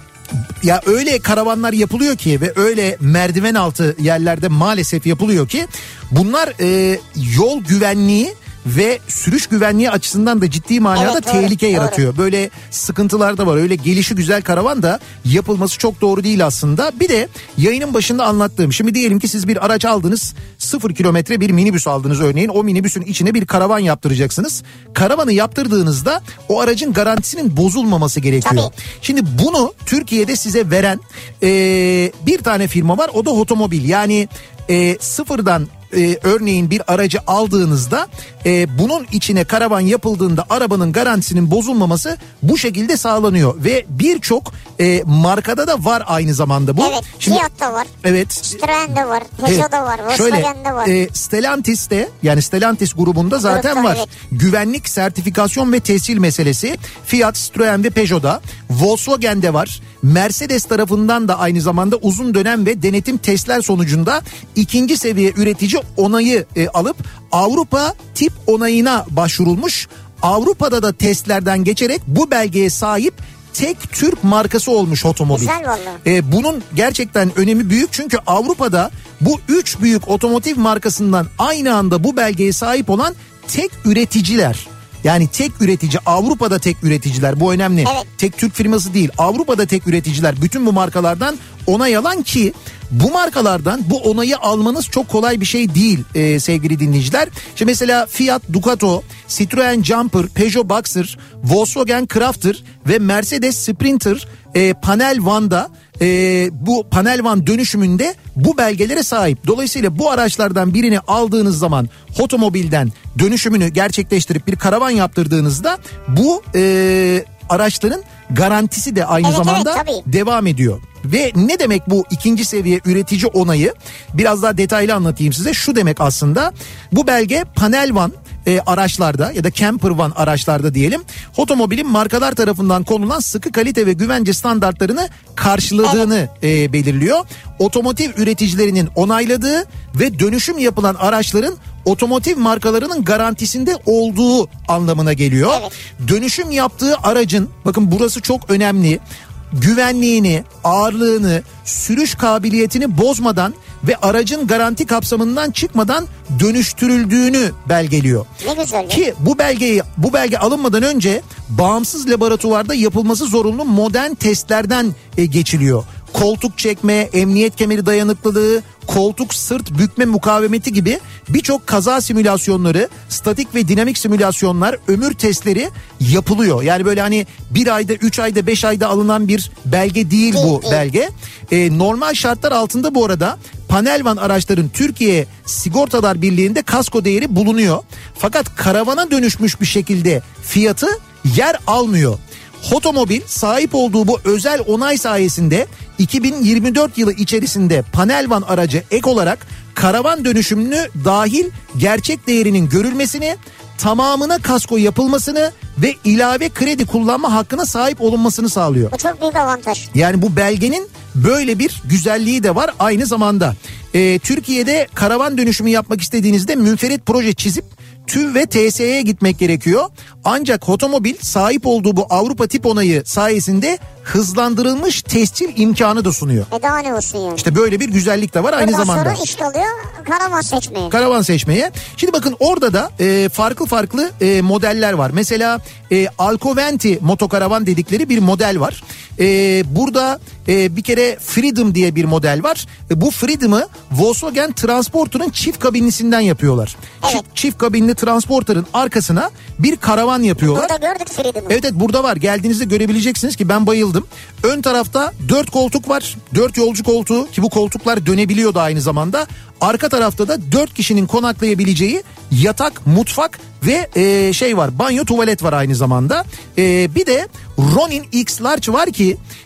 ya öyle karavanlar yapılıyor ki ve öyle merdiven altı yerlerde maalesef yapılıyor ki bunlar e, yol güvenliği ve sürüş güvenliği açısından da ciddi manada evet, tehlike doğru, yaratıyor. Doğru. Böyle sıkıntılar da var. Öyle gelişi güzel karavan da yapılması çok doğru değil aslında. Bir de yayının başında anlattığım, şimdi diyelim ki siz bir araç aldınız, sıfır kilometre bir minibüs aldınız örneğin. O minibüsün içine bir karavan yaptıracaksınız. Karavanı yaptırdığınızda o aracın garantisinin bozulmaması gerekiyor. Tabii. Şimdi bunu Türkiye'de size veren ee, bir tane firma var, o da Hotomobil. Yani e, sıfırdan Ee, örneğin bir aracı aldığınızda e, bunun içine karavan yapıldığında arabanın garantisinin bozulmaması bu şekilde sağlanıyor ve birçok e, markada da var aynı zamanda bu. Evet, Şimdi, Fiat'ta var. Evet. Citroen'de var, Peugeot'da evet, var, Volkswagen'de var. E, Stellantis'te, yani Stellantis grubunda zaten Grupta, var. Evet. Güvenlik, sertifikasyon ve tescil meselesi Fiat, Citroen ve Peugeot'da, Volkswagen'de var. Mercedes tarafından da aynı zamanda uzun dönem ve denetim testler sonucunda ikinci seviye üretici onayı e, alıp Avrupa tip onayına başvurulmuş. Avrupa'da da testlerden geçerek bu belgeye sahip tek Türk markası olmuş Hotomobil. Güzel vallahi. E, bunun gerçekten önemi büyük çünkü Avrupa'da bu üç büyük otomotiv markasından aynı anda bu belgeye sahip olan tek üreticiler. Yani tek üretici, Avrupa'da tek üreticiler, bu önemli. Evet. Tek Türk firması değil, Avrupa'da tek üreticiler bütün bu markalardan onay alan ki bu markalardan bu onayı almanız çok kolay bir şey değil e, sevgili dinleyiciler. İşte mesela Fiat Ducato, Citroen Jumper, Peugeot Boxer, Volkswagen Crafter ve Mercedes Sprinter e, Panel Van'da e, bu Panel Van dönüşümünde bu belgelere sahip. Dolayısıyla bu araçlardan birini aldığınız zaman Hotomobil'den dönüşümünü gerçekleştirip bir karavan yaptırdığınızda bu e, araçların garantisi de aynı evet, zamanda evet, devam ediyor. Ve ne demek bu ikinci seviye üretici onayı? Biraz daha detaylı anlatayım size. Şu demek aslında, bu belge Panel Van e, araçlarda ya da Camper Van araçlarda diyelim, Hotomobil'in markalar tarafından konulan sıkı kalite ve güvence standartlarını karşıladığını evet. e, belirliyor. Otomotiv üreticilerinin onayladığı ve dönüşüm yapılan araçların otomotiv markalarının garantisinde olduğu anlamına geliyor. Evet. Dönüşüm yaptığı aracın, bakın burası çok önemli, güvenliğini, ağırlığını, sürüş kabiliyetini bozmadan ve aracın garanti kapsamından çıkmadan dönüştürüldüğünü belgeliyor. Ne güzel. Ki bu belgeyi bu belge alınmadan önce bağımsız laboratuvarda yapılması zorunlu modern testlerden e, geçiliyor. Koltuk çekme, emniyet kemeri dayanıklılığı, koltuk sırt bükme mukavemeti gibi birçok kaza simülasyonları, statik ve dinamik simülasyonlar, ömür testleri yapılıyor. Yani böyle hani bir ayda, üç ayda, beş ayda alınan bir belge değil bu belge. Ee, normal şartlar altında bu arada Panel Van araçların Türkiye Sigortalar Birliği'nde kasko değeri bulunuyor. Fakat karavana dönüşmüş bir şekilde fiyatı yer almıyor. Hotomobil sahip olduğu bu özel onay sayesinde iki bin yirmi dört yılı içerisinde Panel Van aracı ek olarak karavan dönüşümünü dahil gerçek değerinin görülmesini, tamamına kasko yapılmasını ve ilave kredi kullanma hakkına sahip olunmasını sağlıyor. Bu çok büyük avantaj. Yani bu belgenin böyle bir güzelliği de var aynı zamanda. Ee, Türkiye'de karavan dönüşümü yapmak istediğinizde münferit proje çizip TÜV ve T S E'ye gitmek gerekiyor. Ancak Hotomobil sahip olduğu bu Avrupa tip onayı sayesinde hızlandırılmış tescil imkanı da sunuyor. E daha ne olsun yani. İşte böyle bir güzellik de var aynı Bundan zamanda. Ondan sonra iş kalıyor karavan seçmeye. Karavan seçmeye. Şimdi bakın orada da e, farklı farklı e, modeller var. Mesela e, Alcoventi motokaravan dedikleri bir model var. E, burada e, bir kere Freedom diye bir model var. E, bu Freedom'ı Volkswagen Transporter'ın çift kabinlisinden yapıyorlar. Evet. Çift, çift kabinli Transporter'ın arkasına bir karavan yapıyorlar. Burada gördük Freedom'ı. Evet evet, burada var. Geldiğinizde görebileceksiniz ki ben bayıldım. Ön tarafta dört koltuk var. Dört yolcu koltuğu, ki bu koltuklar dönebiliyor da aynı zamanda. Arka tarafta da dört kişinin konaklayabileceği yatak, mutfak ve e, şey var, banyo, tuvalet var aynı zamanda. E, bir de Ronin X Large var ki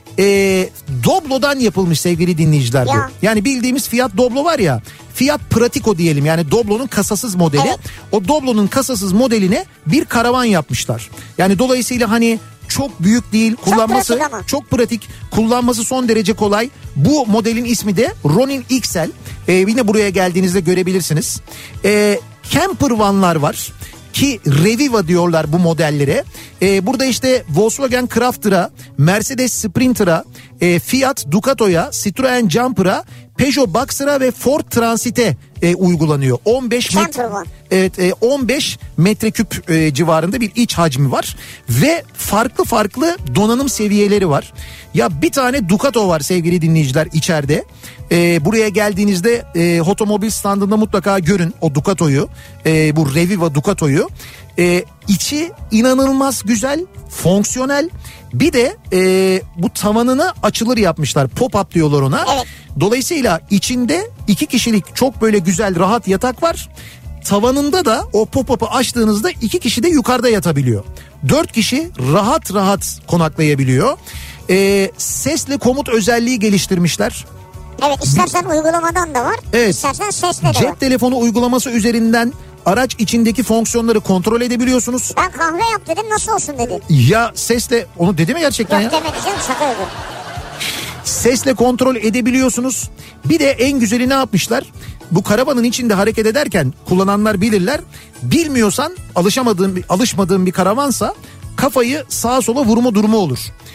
e, Doblo'dan yapılmış sevgili dinleyiciler bu. Ya. Yani bildiğimiz Fiat Doblo var ya, Fiat Pratico diyelim, yani Doblo'nun kasasız modeli. Evet. O Doblo'nun kasasız modeline bir karavan yapmışlar. Yani dolayısıyla hani çok büyük değil, kullanması çok pratik, çok pratik, kullanması son derece kolay. Bu modelin ismi de Ronin X L. Ee, yine buraya geldiğinizde görebilirsiniz. Ee, camper vanlar var ki Reviva diyorlar bu modellere. Ee, burada işte Volkswagen Crafter'a, Mercedes Sprinter'a, e, Fiat Ducato'ya, Citroen Jumper'a, Peugeot Boxer'a ve Ford Transit'e e, uygulanıyor. on beş metre, evet, e, on beş metreküp e, civarında bir iç hacmi var ve farklı farklı donanım seviyeleri var. Ya bir tane Ducato var sevgili dinleyiciler içeride. E, buraya geldiğinizde e, otomobil standında mutlaka görün o Ducato'yu, e, bu Reviva Ducato'yu. E, içi inanılmaz güzel, fonksiyonel. Bir de e, bu tavanını açılır yapmışlar. Pop-up diyorlar ona. Evet. Dolayısıyla içinde iki kişilik çok böyle güzel rahat yatak var. Tavanında da o pop-up'ı açtığınızda iki kişi de yukarıda yatabiliyor. Dört kişi rahat rahat konaklayabiliyor. E, sesle komut özelliği geliştirmişler. Evet, istersen uygulamadan da var. Evet. İstersen sesle de var. Cep telefonu uygulaması üzerinden araç içindeki fonksiyonları kontrol edebiliyorsunuz. Ben kahve yap dedim, nasıl olsun dedi. Ya sesle, onu dedi mi gerçekten? Yok ya? demedi canım, şaka yapıyorum. Sesle kontrol edebiliyorsunuz. Bir de en güzeli ne yapmışlar? Bu karavanın içinde hareket ederken kullananlar bilirler. Bilmiyorsan, alışamadığın, alışmadığın bir karavansa kafayı sağa sola vurma durumu olur.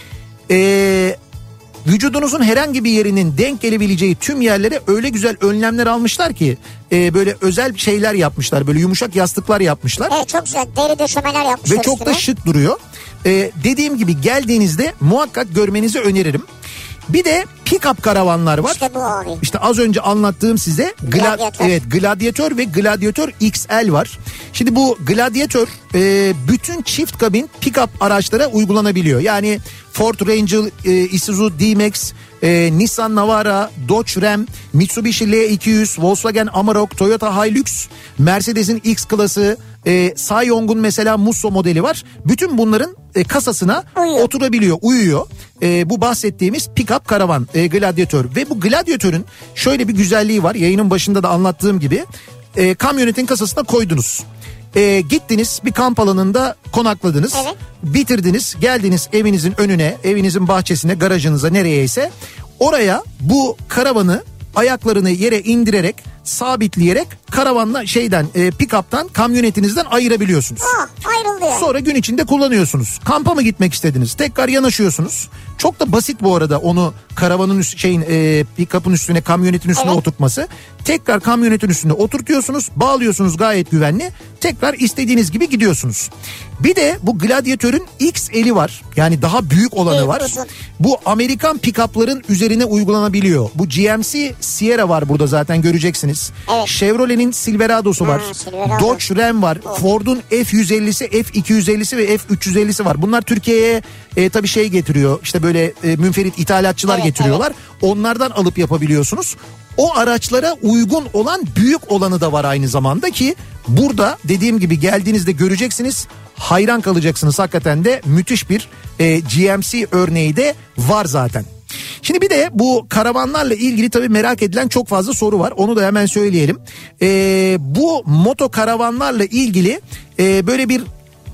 Eee... Vücudunuzun herhangi bir yerinin denk gelebileceği tüm yerlere öyle güzel önlemler almışlar ki e, böyle özel şeyler yapmışlar, böyle yumuşak yastıklar yapmışlar. Evet, çok güzel deri döşemeler yapmışlar. Ve çok üstüne da şık duruyor. E, dediğim gibi geldiğinizde muhakkak görmenizi öneririm. Bir de pick-up karavanlar var. İşte bu abi. İşte az önce anlattığım size Gladiator. Evet, Gladiator ve Gladiator X L var. Şimdi bu Gladiator e, bütün çift kabin pick-up araçlara uygulanabiliyor. Yani Ford Ranger, e, Isuzu D-Max, e, Nissan Navara, Dodge Ram, Mitsubishi L iki yüz, Volkswagen Amarok, Toyota Hilux, Mercedes'in X klası, e, Sanyong'un mesela Musso modeli var. Bütün bunların e, kasasına uyuyor. oturabiliyor, uyuyor. E, bu bahsettiğimiz pick-up karavan e, Gladiator. Ve bu Gladiator'un şöyle bir güzelliği var. Yayının başında da anlattığım gibi. E, kamyonetin kasasına koydunuz. E, gittiniz bir kamp alanında konakladınız. Evet. Bitirdiniz, geldiniz evinizin önüne, evinizin bahçesine, garajınıza, nereyeyse. Oraya bu karavanı ayaklarını yere indirerek, sabitleyerek karavanla şeyden, e, pick-up'tan, kamyonetinizden ayırabiliyorsunuz. Aa, ayrıldı yani. Sonra gün içinde kullanıyorsunuz. Kampa mı gitmek istediniz? Tekrar yanaşıyorsunuz. Çok da basit bu arada onu karavanın üst, şeyin e, pick-up'ın üstüne, kamyonetin üstüne evet. oturtması. Tekrar kamyonetin üstüne oturtuyorsunuz, bağlıyorsunuz gayet güvenli. Tekrar istediğiniz gibi gidiyorsunuz. Bir de bu Gladiator'un X L'i var. Yani daha büyük olanı büyük var. uzun. Bu Amerikan pick-up'ların üzerine uygulanabiliyor. Bu G M C Sierra var burada, zaten göreceksiniz. Evet. Chevrolet'in Silverado'su var. Ha, Silverado. Dodge Ram var. Oh. Ford'un F yüz ellisi, F iki yüz ellisi ve F üç yüz ellisi var. Bunlar Türkiye'ye e, tabii şey getiriyor. İşte böyle e, münferit ithalatçılar evet, getiriyorlar. Evet. Onlardan alıp yapabiliyorsunuz. O araçlara uygun olan büyük olanı da var aynı zamanda ki burada dediğim gibi geldiğinizde göreceksiniz. Hayran kalacaksınız, hakikaten de müthiş bir e, G M C örneği de var zaten. Şimdi bir de bu karavanlarla ilgili tabii merak edilen çok fazla soru var. Onu da hemen söyleyelim. E, bu moto karavanlarla ilgili e, böyle bir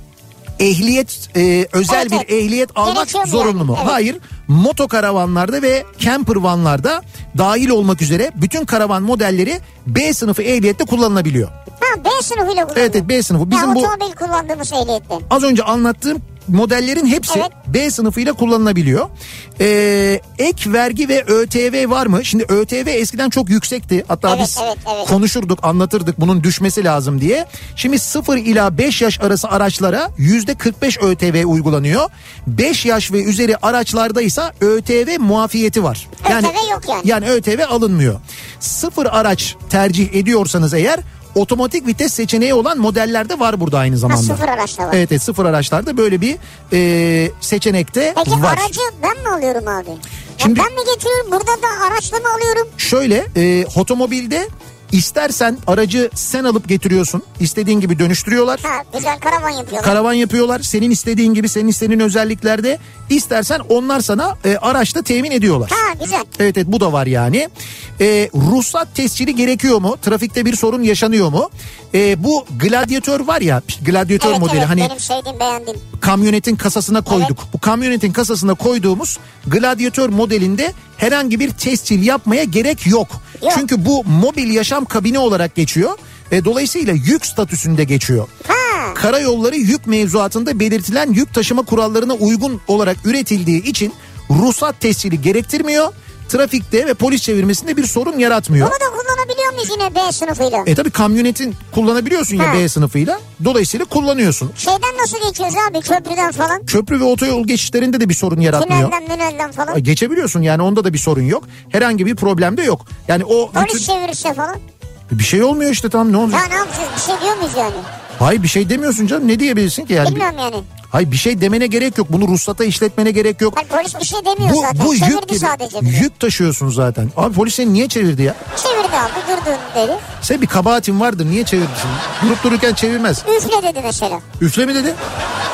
ehliyet, e, özel evet, bir evet. ehliyet almak Gerekiyor zorunlu yani. mu? Evet. Hayır. Moto karavanlarda ve camper vanlarda dahil olmak üzere bütün karavan modelleri B sınıfı ehliyette kullanılabiliyor. Ha, B sınıfıyla kullanılıyor. Evet, evet, B sınıfı. Bizim ya, bu otomobil kullandığımız ehliyette. az önce anlattığım modellerin hepsi evet. B sınıfıyla kullanılabiliyor. Ee, ek vergi ve ÖTV var mı? Şimdi ÖTV eskiden çok yüksekti. Hatta evet, biz evet, evet. konuşurduk, anlatırdık bunun düşmesi lazım diye. Şimdi sıfır ila beş yaş arası araçlara yüzde kırk beş ÖTV uygulanıyor. beş yaş ve üzeri araçlarda ise ÖTV muafiyeti var. Yani, ÖTV yok yani. Yani ÖTV alınmıyor. Sıfır araç tercih ediyorsanız eğer otomatik vites seçeneği olan modeller de var burada aynı zamanda. Ha, sıfır araçta var. Evet, evet, sıfır araçlarda böyle bir e, seçenek de Peki, var. Peki aracı ben mi alıyorum abi? Şimdi, ya ben mi getiriyorum, burada da araçla mı alıyorum? Şöyle e, otomobilde İstersen aracı sen alıp getiriyorsun. İstediğin gibi dönüştürüyorlar. Ha, güzel karavan yapıyorlar. Karavan yapıyorlar. Senin istediğin gibi, senin istediğin özelliklerde. İstersen onlar sana e, araçta temin ediyorlar. Ha, güzel. Evet evet, bu da var yani. E, ruhsat tescili gerekiyor mu? Trafikte bir sorun yaşanıyor mu? E, bu Gladiator var ya, Gladiator evet, modeli. Evet, hani benim sevdiğim, beğendim. Kamyonetin kasasına koyduk. Evet. Bu kamyonetin kasasına koyduğumuz Gladiator modelinde herhangi bir tescil yapmaya gerek yok. Yok. Çünkü bu mobil yaşam kabini olarak geçiyor. E, dolayısıyla yük statüsünde geçiyor. Ha. Karayolları yük mevzuatında belirtilen yük taşıma kurallarına uygun olarak üretildiği için ruhsat tescili gerektirmiyor. Trafikte ve polis çevirmesinde bir sorun yaratmıyor. Bunu da kullanabiliyor muyuz yine B sınıfıyla? E tabi kamyonetin kullanabiliyorsun ya ha. B sınıfıyla. Dolayısıyla kullanıyorsun. Şeyden nasıl geçiyoruz abi, köprüden falan? Köprü ve otoyol geçişlerinde de bir sorun yaratmıyor. Tünelden münelden falan. Geçebiliyorsun yani, onda da bir sorun yok. Herhangi bir problem de yok. Yani o Polis bütün... çevirirse falan. Bir şey olmuyor işte, tam ne olacak? Ya ne yapacağız, bir şey diyor muyuz yani? Hayır, bir şey demiyorsun canım, ne diyebilirsin ki yani? Bilmiyorum yani. Hayır, bir şey demene gerek yok. Bunu ruhsata işletmene gerek yok. Hayır, polis bir şey demiyor bu, zaten. Bu Çevirdi yük gibi, sadece. Bize. Yük taşıyorsun zaten. Abi polis seni niye çevirdi ya? Çevirdi abi, durdun dedi. Sen bir kabahatin vardır, niye çevirdisin? Durup dururken çevirmez. Üfle dedi mesela. Üfle mi dedi?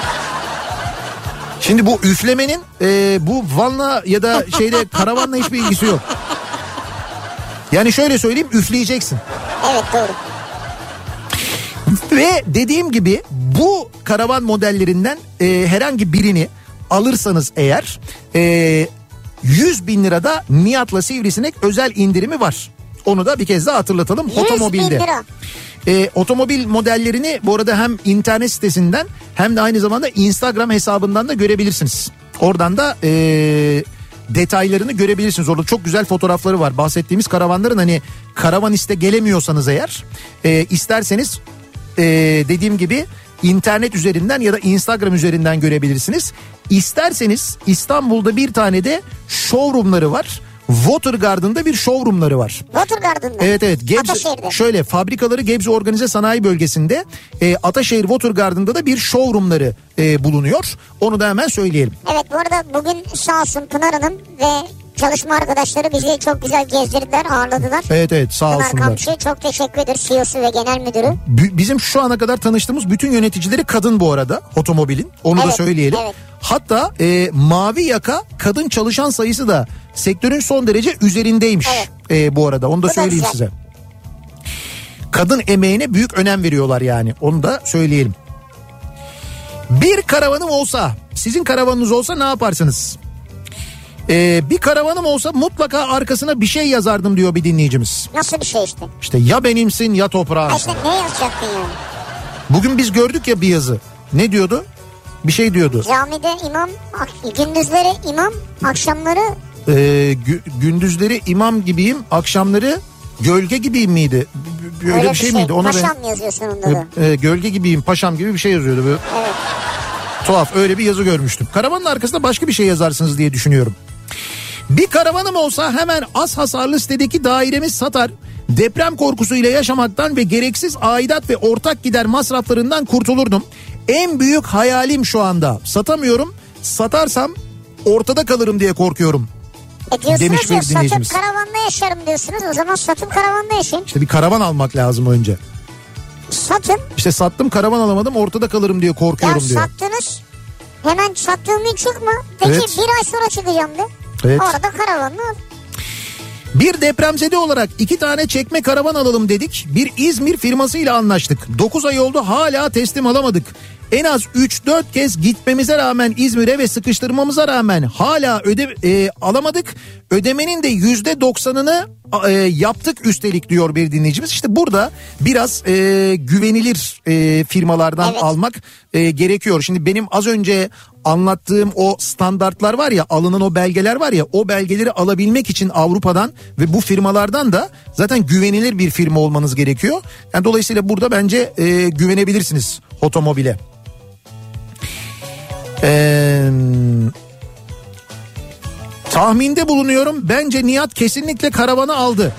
Şimdi bu üflemenin e, bu Van'la ya da şeyde karavanla hiçbir ilgisi yok. Yani şöyle söyleyeyim, üfleyeceksin. Evet, doğru. Ve dediğim gibi bu karavan modellerinden e, herhangi birini alırsanız eğer e, yüz bin lirada Nihat'la Sivrisinek özel indirimi var. Onu da bir kez daha hatırlatalım. Otomobilde. yüz bin lira. E, otomobil modellerini bu arada hem internet sitesinden hem de aynı zamanda Instagram hesabından da görebilirsiniz. Oradan da e, detaylarını görebilirsiniz. Orada çok güzel fotoğrafları var. Bahsettiğimiz karavanların, hani karavaniste gelemiyorsanız eğer e, isterseniz e, dediğim gibi internet üzerinden ya da Instagram üzerinden görebilirsiniz. İsterseniz İstanbul'da bir tane de showroomları var. Watergarden'da bir showroomları var. Watergarden'da. Evet evet. Gebze, Ataşehir'de. şöyle fabrikaları Gebze Organize Sanayi Bölgesi'nde, e, Ataşehir Watergarden'da da bir showroomları e, bulunuyor. Onu da hemen söyleyelim. Evet, bu arada bugün sağ olsun Pınar Hanım ve çalışma arkadaşları bizi çok güzel gezdirdiler, ağırladılar. Evet evet, sağ Pınar olsunlar. Kamçı çok teşekkür ederiz, C E O'su ve genel müdürü. B- bizim şu ana kadar tanıştığımız bütün yöneticileri kadın bu arada, otomobilin. Onu evet, da söyleyelim. Evet. Hatta e, mavi yaka kadın çalışan sayısı da sektörün son derece üzerindeymiş. Evet. E, bu arada onu da Bu söyleyeyim da size. Kadın emeğine büyük önem veriyorlar yani, onu da söyleyelim. Bir karavanım olsa, sizin karavanınız olsa ne yaparsınız? Ee, bir karavanım olsa mutlaka arkasına bir şey yazardım diyor bir dinleyicimiz. Nasıl bir şey işte? İşte ya benimsin ya toprağın. Ha işte ne yazacaktın yani? Bugün biz gördük ya bir yazı. Ne diyordu? Bir şey diyordu. Camide imam, gündüzleri imam, akşamları... Ee, gü- gündüzleri imam gibiyim, akşamları gölge gibiyim miydi? Öyle, Öyle bir şey, şey miydi? Ona Paşam ben... yazıyor sonunda da. Ee, gölge gibiyim, paşam gibi bir şey yazıyordu. Böyle. Evet. Tuhaf, öyle bir yazı görmüştüm. Karavanın arkasında başka bir şey yazarsınız diye düşünüyorum. Bir karavanım olsa hemen az hasarlı sitedeki dairemi satar, deprem korkusuyla yaşamaktan ve gereksiz aidat ve ortak gider masraflarından kurtulurdum. En büyük hayalim şu anda. Satamıyorum. Satarsam ortada kalırım diye korkuyorum. E diyorsunuz demiş ya, bir dinleyicimiz. satıp karavanda yaşarım diyorsunuz. O zaman satıp karavanda yaşayın. İşte bir karavan almak lazım önce. Satın. İşte sattım, karavan alamadım, ortada kalırım diye korkuyorum ya diyor. Sattınız. Hemen sattığım gün çıkma. Peki Evet. bir ay sonra çıkacağım de. Evet. Orada karavanını al. Bir depremzede olarak iki tane çekme karavan alalım dedik. Bir İzmir firmasıyla anlaştık. dokuz ay oldu, hala teslim alamadık. En az üç dört kez gitmemize rağmen İzmir'e ve sıkıştırmamıza rağmen hala öde e, alamadık. Ödemenin de yüzde doksanını e, yaptık üstelik diyor bir dinleyicimiz. İşte burada biraz e, güvenilir e, firmalardan evet. almak e, gerekiyor. Şimdi benim az önce anlattığım o standartlar var ya, alınan o belgeler var ya, o belgeleri alabilmek için Avrupa'dan ve bu firmalardan da zaten güvenilir bir firma olmanız gerekiyor. Yani dolayısıyla burada bence e, güvenebilirsiniz otomobile. Eee... Tahminde bulunuyorum. Bence Nihat kesinlikle karavanı aldı.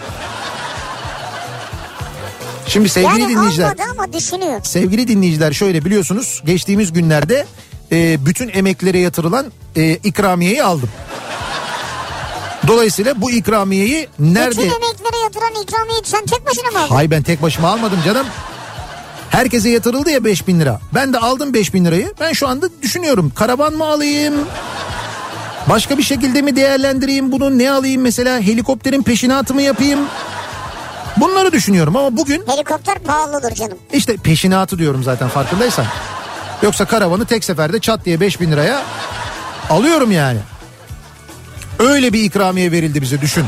Şimdi sevgili yani dinleyiciler. almadı ama düşünüyor. Sevgili dinleyiciler, şöyle biliyorsunuz, geçtiğimiz günlerde e, bütün emeklere yatırılan e, ikramiyeyi aldım. Dolayısıyla bu ikramiyeyi nerede... Bütün emeklere yatıran ikramiyeyi sen tek başına mı aldın? Hayır, ben tek başıma almadım canım. Herkese yatırıldı ya beş bin lira. Ben de aldım beş bin lirayı. Ben şu anda düşünüyorum, karavan mı alayım? Başka bir şekilde mi değerlendireyim bunu? Ne alayım mesela? Helikopterin peşinatı mı yapayım? Bunları düşünüyorum ama bugün... Helikopter pahalıdır canım. İşte peşinatı diyorum zaten, farkındaysan. Yoksa karavanı tek seferde çat diye beş bin liraya alıyorum yani. Öyle bir ikramiye verildi bize, düşün.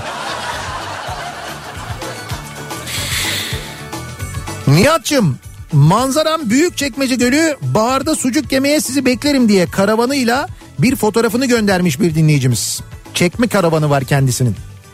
Nihat'cığım, manzaram Büyükçekmece Gölü, baharda sucuk yemeye sizi beklerim diye karavanıyla bir fotoğrafını göndermiş bir dinleyicimiz. Çekme karavanı var kendisinin.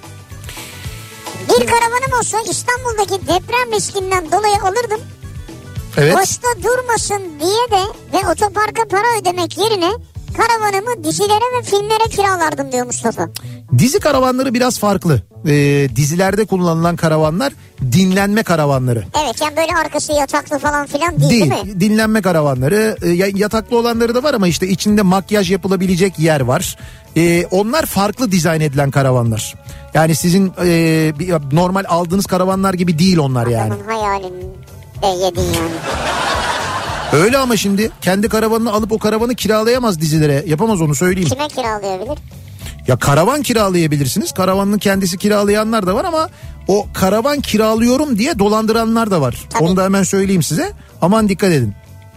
Bir karavanım olsa İstanbul'daki deprem riskinden dolayı alırdım. Evet. Boşta durmasın diye de ve otoparka para ödemek yerine karavanımı dizilere ve filmlere kiralardım diyor Mustafa. Dizi karavanları biraz farklı. Ee, dizilerde kullanılan karavanlar dinlenme karavanları. Evet, yani böyle arkası yataklı falan filan değil, değil, değil mi? Dinlenme karavanları. Ee, yataklı olanları da var ama işte içinde makyaj yapılabilecek yer var. Ee, onlar farklı dizayn edilen karavanlar. Yani sizin e, normal aldığınız karavanlar gibi değil onlar yani. Adamın hayalini de yedin yani. Öyle ama şimdi kendi karavanını alıp o karavanı kiralayamaz dizilere. Yapamaz, onu söyleyeyim. Kime kiralayabilir? Ya karavan kiralayabilirsiniz. Karavanın kendisi kiralayanlar da var ama o karavan kiralıyorum diye dolandıranlar da var. Tabii. Onu da hemen söyleyeyim size. Aman dikkat edin.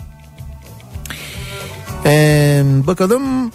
Ee, bakalım.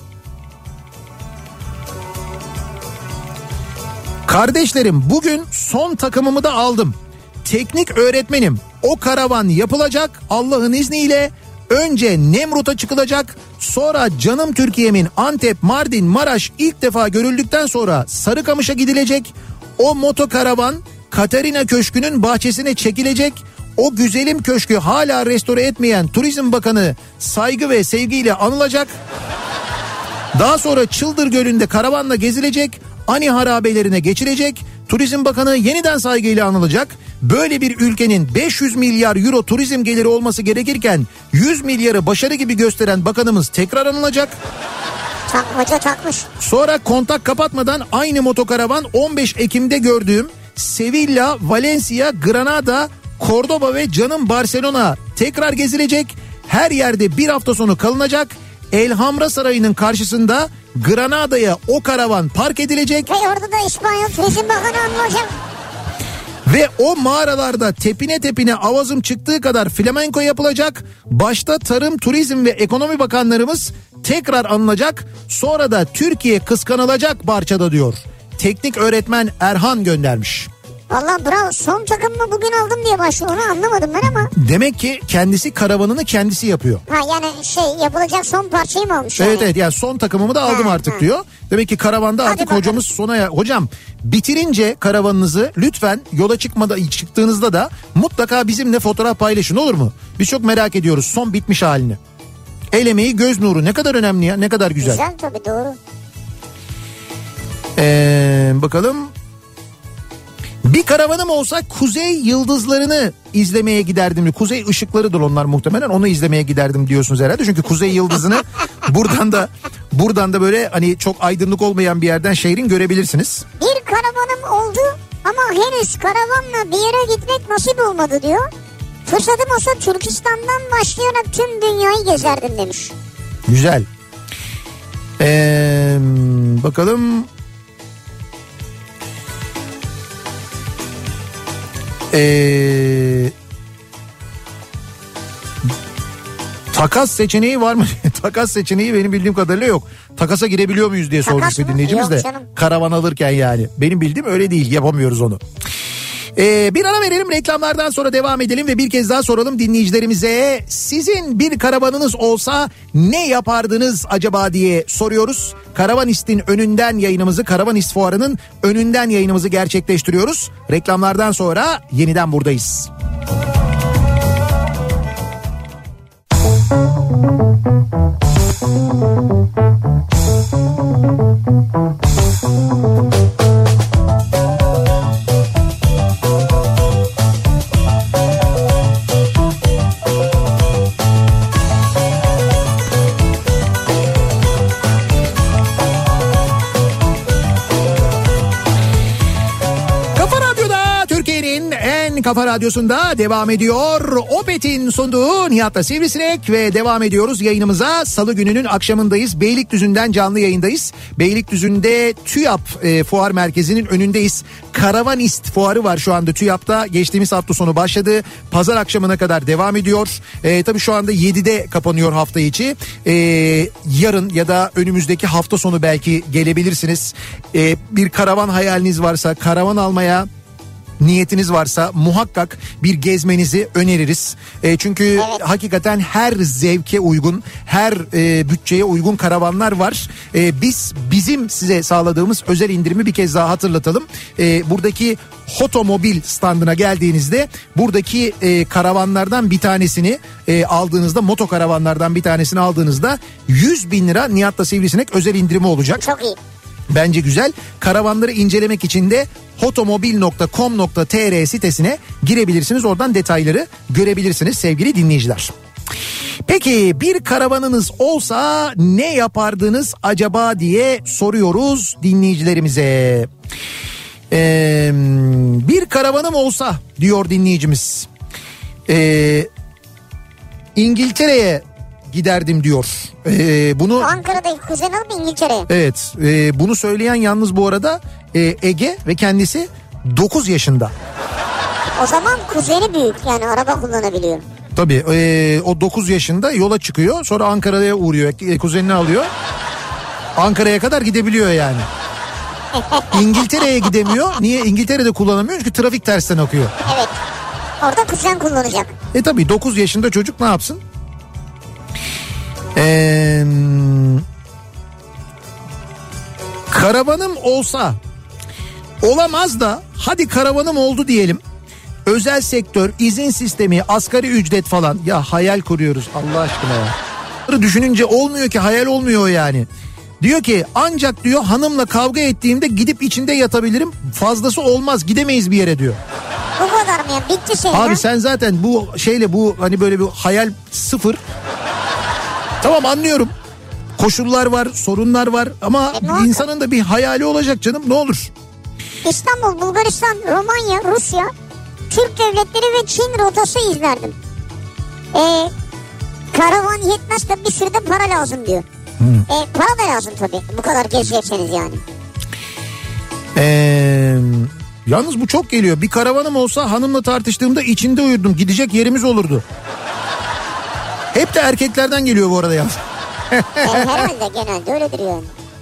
Kardeşlerim, bugün son takımımı da aldım. Teknik öğretmenim. O karavan yapılacak Allah'ın izniyle. Önce Nemrut'a çıkılacak, sonra canım Türkiye'min Antep, Mardin, Maraş ilk defa görüldükten sonra Sarıkamış'a gidilecek. O motokaravan Katarina Köşkü'nün bahçesine çekilecek. O güzelim köşkü hala restore etmeyen Turizm Bakanı saygı ve sevgiyle anılacak. Daha sonra Çıldır Gölü'nde karavanla gezilecek. Ani harabelerine geçilecek. Turizm Bakanı yeniden saygıyla anılacak. Böyle bir ülkenin beş yüz milyar euro turizm geliri olması gerekirken yüz milyarı başarı gibi gösteren bakanımız tekrar anılacak. Tak, hoca takmış. Sonra kontak kapatmadan aynı motokaravan on beş Ekim'de gördüğüm Sevilla, Valencia, Granada, Cordoba ve canım Barcelona tekrar gezilecek. Her yerde bir hafta sonu kalınacak. Elhamra Sarayı'nın karşısında Granada'ya o karavan park edilecek. Ve orada da İspanyol Turizm Bakanı anılacak. Ve o mağaralarda tepine tepine avazım çıktığı kadar flamenko yapılacak. Başta Tarım, Turizm ve Ekonomi Bakanlarımız tekrar anılacak. Sonra da Türkiye kıskanılacak Barça'da diyor. Teknik öğretmen Erhan göndermiş. Vallahi bravo, son takımımı bugün aldım diye başlıyor, onu anlamadım ben ama. Demek ki kendisi karavanını kendisi yapıyor. Ha yani şey yapılacak son parçayı mı almış? Evet yani? evet, yani son takımımı da aldım ha, artık ha. diyor. Demek ki karavanda artık Hadi hocamız sona ya. Hocam bitirince karavanınızı lütfen yola çıkmadan çıktığınızda da mutlaka bizimle fotoğraf paylaşın, olur mu? Biz çok merak ediyoruz son bitmiş halini. El emeği, göz nuru ne kadar önemli ya, ne kadar güzel. Güzel tabii, doğru. Ee, bakalım. Bir karavanım olsa kuzey yıldızlarını izlemeye giderdim. Kuzey ışıklarıdır onlar muhtemelen, onu izlemeye giderdim diyorsunuz herhalde. Çünkü kuzey yıldızını buradan da buradan da böyle hani çok aydınlık olmayan bir yerden şehrin görebilirsiniz. Bir karavanım oldu ama henüz karavanla bir yere gitmek nasip olmadı diyor. Fırsatım olsa Türkistan'dan başlayarak tüm dünyayı gezerdim demiş. Güzel. Ee, bakalım. Ee, takas seçeneği var mı? Takas seçeneği benim bildiğim kadarıyla yok. Takasa girebiliyor muyuz diye sormuş bir dinleyicimiz de. Karavan alırken yani. Benim bildiğim öyle değil, yapamıyoruz onu. Ee, bir ara verelim, reklamlardan sonra devam edelim ve bir kez daha soralım dinleyicilerimize. Sizin bir karavanınız olsa ne yapardınız acaba diye soruyoruz. Karavanist'in önünden yayınımızı, Karavanist Fuarı'nın önünden yayınımızı gerçekleştiriyoruz. Reklamlardan sonra yeniden buradayız. Kafa Radyosu'nda devam ediyor. Opet'in sunduğu Nihat'la Sivrisinek ve devam ediyoruz yayınımıza. Salı gününün akşamındayız. Beylikdüzü'nden canlı yayındayız. Beylikdüzü'nde TÜYAP e, fuar merkezinin önündeyiz. Karavanist fuarı var şu anda TÜYAP'ta. Geçtiğimiz hafta sonu başladı. Pazar akşamına kadar devam ediyor. E, tabii şu anda yedide kapanıyor hafta içi. E, yarın ya da önümüzdeki hafta sonu belki gelebilirsiniz. E, bir karavan hayaliniz varsa, karavan almaya niyetiniz varsa muhakkak bir gezmenizi öneririz. E, çünkü evet. hakikaten her zevke uygun, her e, bütçeye uygun karavanlar var. E, biz bizim size sağladığımız özel indirimi bir kez daha hatırlatalım. E, buradaki Hotomobil standına geldiğinizde buradaki e, karavanlardan bir tanesini e, aldığınızda, moto karavanlardan bir tanesini aldığınızda yüz bin lira Nihat'la Sivrisinek özel indirimi olacak. Çok iyi. Bence güzel. Karavanları incelemek için de hotomobil nokta com nokta tr sitesine girebilirsiniz. Oradan detayları görebilirsiniz sevgili dinleyiciler. Peki bir karavanınız olsa ne yapardınız acaba diye soruyoruz dinleyicilerimize. Ee, bir karavanım olsa diyor dinleyicimiz. Ee, İngiltere'ye giderdim diyor. Ee, bunu Ankara'daki kuzen alıp İngiltere'ye. Evet. E, bunu söyleyen yalnız bu arada e, Ege ve kendisi dokuz yaşında. O zaman kuzeni büyük, yani araba kullanabiliyor. Tabii e, o dokuz yaşında yola çıkıyor, sonra Ankara'ya uğruyor, e, kuzenini alıyor. Ankara'ya kadar gidebiliyor yani. İngiltere'ye gidemiyor. Niye? İngiltere'de kullanamıyor çünkü trafik tersten akıyor. Evet. Orada kuzen kullanacak. E tabii dokuz yaşında çocuk ne yapsın? Eee... Karavanım olsa, olamaz da hadi karavanım oldu diyelim. Özel sektör, izin sistemi, asgari ücret falan. Ya hayal kuruyoruz Allah aşkına ya. Düşününce olmuyor ki, hayal olmuyor yani. Diyor ki ancak diyor hanımla kavga ettiğimde gidip içinde yatabilirim. Fazlası olmaz, gidemeyiz bir yere diyor. Bu kadar mı ya? Bitti şey. Abi ya. sen zaten bu şeyle, bu hani böyle bir hayal sıfır. Tamam, anlıyorum. Koşullar var, sorunlar var ama e, insanın da bir hayali olacak canım, ne olur. İstanbul, Bulgaristan, Romanya, Rusya, Türk devletleri ve Çin rotası izlerdim. Ee, karavan yetmez de bir sürü de para lazım diyor. Hmm. E, para da lazım tabii, bu kadar gezecekseniz yani. Eee... Yalnız bu çok geliyor. Bir karavanım olsa hanımla tartıştığımda içinde uyurdum. Gidecek yerimiz olurdu. Hep de erkeklerden geliyor bu arada ya. e, herhalde genelde öyledir yani.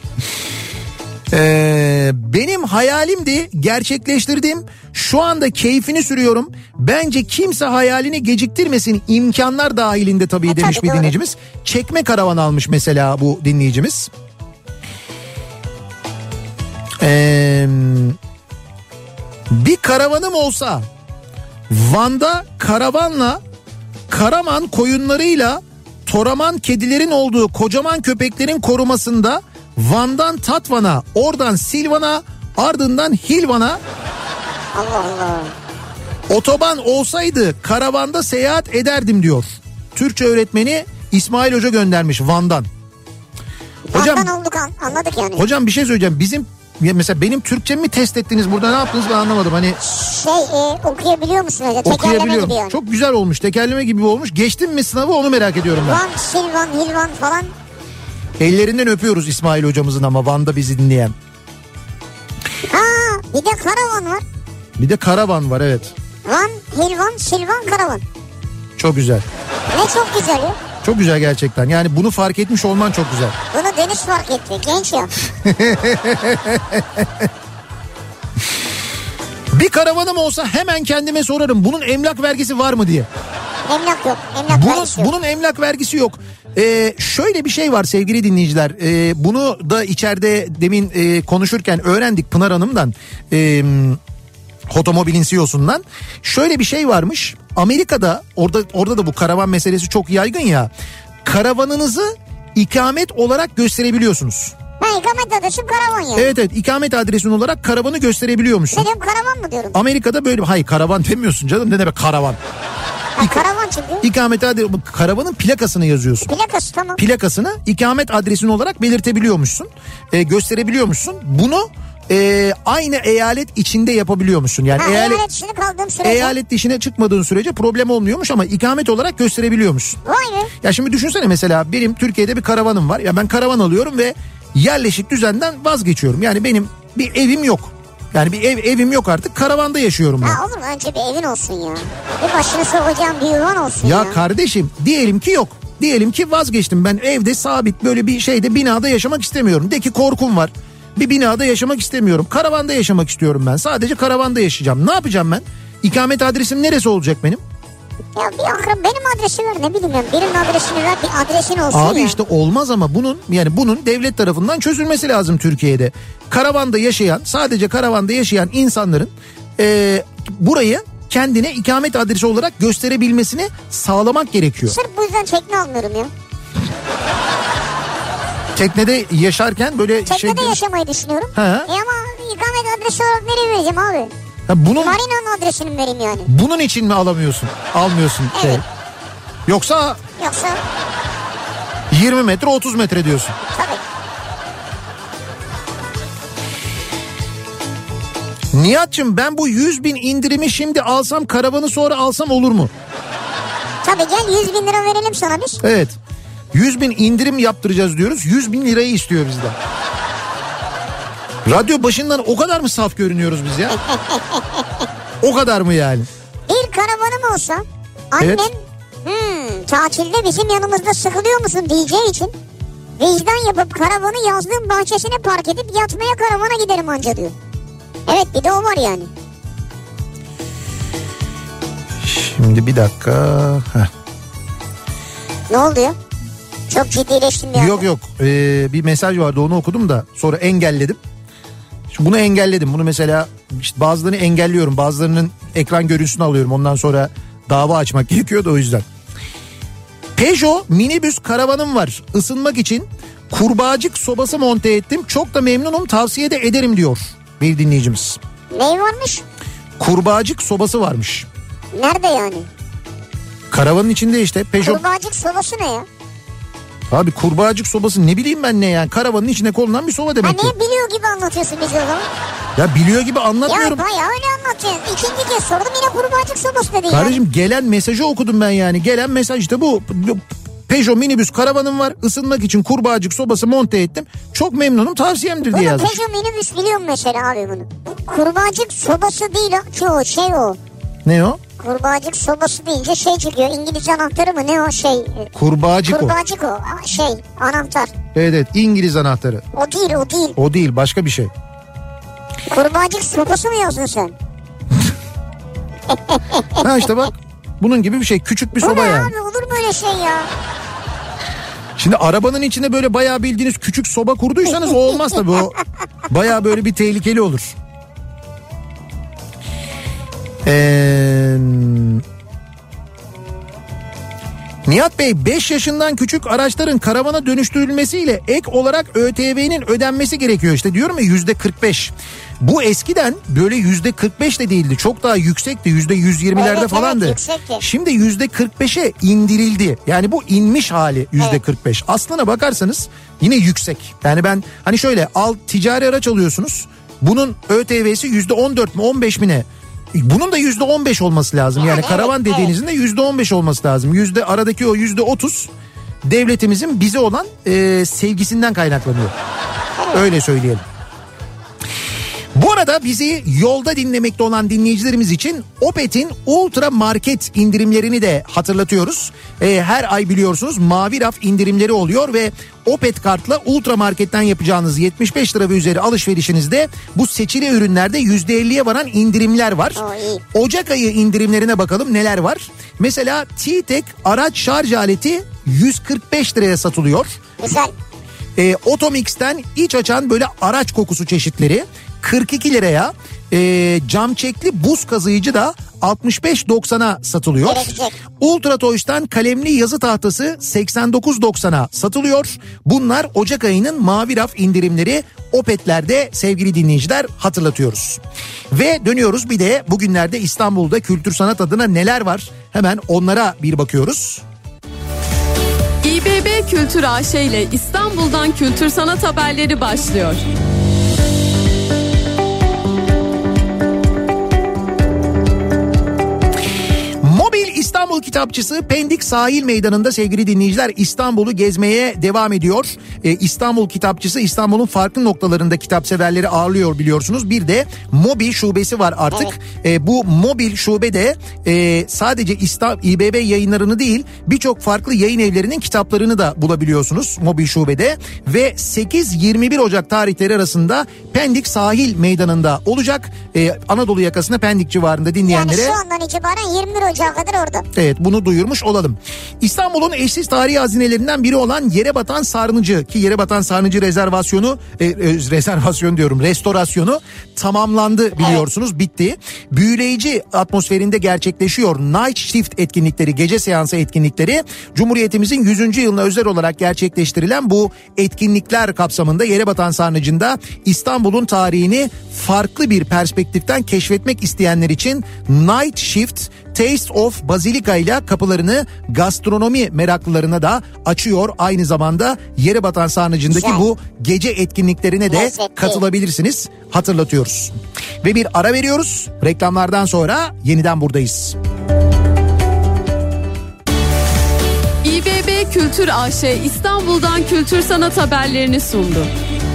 Ee, benim hayalimdi, gerçekleştirdim. Şu anda keyfini sürüyorum. Bence kimse hayalini geciktirmesin. İmkanlar dahilinde tabii e, demiş tabii, bir doğru. dinleyicimiz. Çekme karavan almış mesela bu dinleyicimiz. Eee... Bir karavanım olsa Van'da karavanla Karaman koyunlarıyla Toraman kedilerin olduğu kocaman köpeklerin korumasında Van'dan Tatvan'a, oradan Silvan'a, ardından Hilvan'a Allah Allah. Otoban olsaydı karavanda seyahat ederdim diyor. Türkçe öğretmeni İsmail Hoca göndermiş Van'dan. Hocam, Van'dan olduk, anladık yani. Hocam bir şey söyleyeceğim. Bizim mesela benim Türkçemi mi test ettiniz burada, ne yaptınız ben anlamadım. Hani şey e, okuyabiliyor musun öyle? Tekerleme gibi yani. Çok güzel olmuş, tekerleme gibi olmuş. Geçtim mi sınavı, onu merak ediyorum ben. Van, Silvan, Hilvan falan. Ellerinden öpüyoruz İsmail hocamızın ama Van'da bizi dinleyen. Ha, bir de karavan var. Bir de karavan var, evet. Van, Hilvan, Silvan, karavan. Çok güzel. Ne çok güzel ya. Çok güzel gerçekten. Yani bunu fark etmiş olman çok güzel. Bunu Deniz fark etti. Genç ya. Bir karavanım olsa hemen kendime sorarım. Bunun emlak vergisi var mı diye. Emlak yok. Emlak bunun, vergisi yok. Bunun emlak vergisi yok. Ee, şöyle bir şey var sevgili dinleyiciler. Ee, bunu da içeride demin e, konuşurken öğrendik Pınar Hanım'dan. Eee... Otomobilin C E O'sundan. Şöyle bir şey varmış. Amerika'da orada orada da bu karavan meselesi çok yaygın ya. Karavanınızı ikamet olarak gösterebiliyorsunuz. Ha, ikamet adresim karavan yani. Evet evet, ikamet adresin olarak karavanı gösterebiliyormuşsun. Ne diyorum, karavan mı diyorum? Amerika'da böyle, hayır karavan demiyorsun canım, ne demek karavan? Ha, İka, karavan çünkü. İkamet adresi, karavanın plakasını yazıyorsun. Plakası, tamam. Plakasını ikamet adresin olarak belirtebiliyormuşsun. E, gösterebiliyormuşsun. Bunu e, aynı eyalet içinde yapabiliyor musun? Yani ha, eyalet, eyalet dışında kaldığım sürece. Eyalet dışına çıkmadığın sürece problem olmuyormuş ama ikamet olarak gösterebiliyor musun? Vay be. Ya şimdi düşünsene mesela benim Türkiye'de bir karavanım var. Ya ben karavan alıyorum ve yerleşik düzenden vazgeçiyorum. Yani benim bir evim yok. Yani bir ev evim yok artık, karavanda yaşıyorum ben. Ha olur mu? Önce bir evin olsun ya. Bir başını sokacağın bir yuvan olsun ya. Ya kardeşim diyelim ki yok. Diyelim ki vazgeçtim, ben evde sabit böyle bir şeyde binada yaşamak istemiyorum. De ki korkum var. Bir binada yaşamak istemiyorum. Karavanda yaşamak istiyorum ben. Sadece karavanda yaşayacağım. Ne yapacağım ben? İkamet adresim neresi olacak benim? Ya bir akrab benim adresimi ver, ne bileyim ben. Birinin adresini ver, bir adresin olsun Abi ya. işte olmaz ama bunun yani bunun devlet tarafından çözülmesi lazım Türkiye'de. Karavanda yaşayan, sadece karavanda yaşayan insanların e, burayı kendine ikamet adresi olarak gösterebilmesini sağlamak gerekiyor. Sırf bu yüzden tekne almıyorum ya. Teknede yaşarken böyle Teknede şey... yaşamayı düşünüyorum. He. E ama ikamet adresi olarak nereye vereceğim abi? Ha bunun, Marina'nın adresini mi vereyim yani? Bunun için mi alamıyorsun? Almıyorsun. Evet. Şey. Yoksa... Yoksa... yirmi metre otuz metre diyorsun. Tabii. Nihat'cığım ben bu yüz bin indirimi şimdi alsam, karavanı sonra alsam olur mu? Tabii gel yüz bin lira verelim sana biz. Evet. yüz bin indirim yaptıracağız diyoruz. yüz bin lirayı istiyor bizden. Radyo başından o kadar mı saf görünüyoruz biz ya? O kadar mı yani? Bir karavanım olsa annem Evet. hmm, tatilde bizim yanımızda sıkılıyor musun diyeceği için vicdan yapıp karavanı yazlığın bahçesine park edip yatmaya karavana giderim anca diyor. Evet, bir de o var yani. Şimdi bir dakika. Heh. Ne oldu ya? Çok ciddileştim ya. Yok yok ee, bir mesaj vardı, onu okudum da sonra engelledim. Şimdi bunu engelledim. Bunu mesela işte bazılarını engelliyorum. Bazılarının ekran görüntüsünü alıyorum. Ondan sonra dava açmak gerekiyor da o yüzden. Peugeot minibüs karavanım var. Isınmak için kurbağacık sobası monte ettim. Çok da memnunum, tavsiye de ederim diyor bir dinleyicimiz. Ney varmış? Kurbağacık sobası varmış. Nerede yani? Karavanın içinde işte Peugeot. Kurbağacık sobası ne ya? Abi kurbağacık sobası ne bileyim ben ne yani. Karavanın içine konulan bir soba demek Ha ki. niye biliyor gibi anlatıyorsun bize o zaman? Ya biliyor gibi anlatmıyorum. Ya bayağı öyle anlatıyorsun. İkinci kez sordum yine kurbağacık sobası dedin ya. Kardeşim yani. Gelen mesajı okudum ben yani. Gelen mesaj işte bu. Peugeot minibüs karavanım var. Isınmak için kurbağacık sobası monte ettim. Çok memnunum, tavsiyemdir diye yazmış. Peugeot minibüs biliyorum mesela abi bunu. Kurbağacık sobası değil ki o şey o. Ne o? Kurbağacık sobası deyince şey çıkıyor. İngiliz anahtarı mı ne o şey? Kurbağacık, Kurbağacık o. o. Şey anahtar. Evet evet, İngiliz anahtarı. O değil o değil. O değil, başka bir şey. Kurbağacık sobası mı yazın sen? Ha işte bak, bunun gibi bir şey, küçük bir soba Bu ne yani. abi, olur mu öyle şey ya? Şimdi arabanın içine böyle bayağı bildiğiniz küçük soba kurduysanız o olmaz tabii, o bayağı böyle bir tehlikeli olur. Eee... Nihat Bey, beş yaşından küçük araçların karavana dönüştürülmesiyle ek olarak ÖTV'nin ödenmesi gerekiyor işte, diyorum ya yüzde kırk beş. Bu eskiden böyle yüzde kırk beş de değildi, çok daha yüksekti, yüzde yüz yirmilerde evet, falandı. Evet, yüksekti. Şimdi yüzde kırk beşe indirildi, yani bu inmiş hali yüzde kırk beş. Evet. Aslına bakarsanız yine yüksek. Yani ben hani şöyle, al ticari araç alıyorsunuz, bunun ÖTV'si yüzde on dört mi on beş mi ne? Bunun da yüzde on beş olması lazım. Yani, yani karavan evet, dediğinizin de yüzde on beş olması lazım. Yüzde aradaki o yüzde otuz devletimizin bize olan e, sevgisinden kaynaklanıyor. Öyle söyleyelim. Bu arada bizi yolda dinlemekte olan dinleyicilerimiz için Opet'in Ultra Market indirimlerini de hatırlatıyoruz. Ee, her ay biliyorsunuz mavi raf indirimleri oluyor ve Opet kartla Ultra Market'ten yapacağınız yetmiş beş lira ve üzeri alışverişinizde bu seçili ürünlerde yüzde elliye varan indirimler var. Ocak ayı indirimlerine bakalım neler var. Mesela T-Tek araç şarj aleti yüz kırk beş liraya satılıyor. Güzel. E, Otomix'ten iç açan böyle araç kokusu çeşitleri kırk iki liraya, e, cam çekli buz kazıyıcı da altmış beş doksana satılıyor. Gerekecek. Ultra Toys'tan kalemli yazı tahtası seksen dokuz doksana satılıyor. Bunlar Ocak ayının mavi raf indirimleri Opet'lerde sevgili dinleyiciler, hatırlatıyoruz. Ve dönüyoruz, bir de bugünlerde İstanbul'da kültür sanat adına neler var, hemen onlara bir bakıyoruz. İ B B Kültür A Ş ile İstanbul'dan kültür sanat haberleri başlıyor. İstanbul Kitapçısı Pendik Sahil Meydanı'nda sevgili dinleyiciler İstanbul'u gezmeye devam ediyor. Ee, İstanbul Kitapçısı İstanbul'un farklı noktalarında kitapseverleri ağırlıyor biliyorsunuz. Bir de mobil şubesi var artık. Evet. Ee, bu mobil şubede e, sadece İsta, İ B B yayınlarını değil birçok farklı yayın evlerinin kitaplarını da bulabiliyorsunuz mobil şubede. Ve sekiz yirmi bir Ocak tarihleri arasında Pendik Sahil Meydanı'nda olacak. Ee, Anadolu yakasında Pendik civarında dinleyenlere. Yani şu andan itibaren yirmi bir Ocak'a kadar orada. Evet, bunu duyurmuş olalım. İstanbul'un eşsiz tarihi hazinelerinden biri olan Yerebatan Sarnıcı ki Yerebatan Sarnıcı rezervasyonu e, e, rezervasyon diyorum restorasyonu tamamlandı biliyorsunuz, evet. Bitti. Büyüleyici atmosferinde gerçekleşiyor Night Shift etkinlikleri, gece seansı etkinlikleri. Cumhuriyetimizin yüzüncü yılına özel olarak gerçekleştirilen bu etkinlikler kapsamında Yerebatan Sarnıcı'nda İstanbul'un tarihini farklı bir perspektiften keşfetmek isteyenler için Night Shift Taste of Basilica ile kapılarını gastronomi meraklılarına da açıyor. Aynı zamanda Yerebatan Sarnıcı'ndaki Güzel. bu gece etkinliklerine de Lezzetli. katılabilirsiniz. Hatırlatıyoruz. Ve bir ara veriyoruz. Reklamlardan sonra yeniden buradayız. İ B B Kültür A Ş İstanbul'dan kültür sanat haberlerini sundu.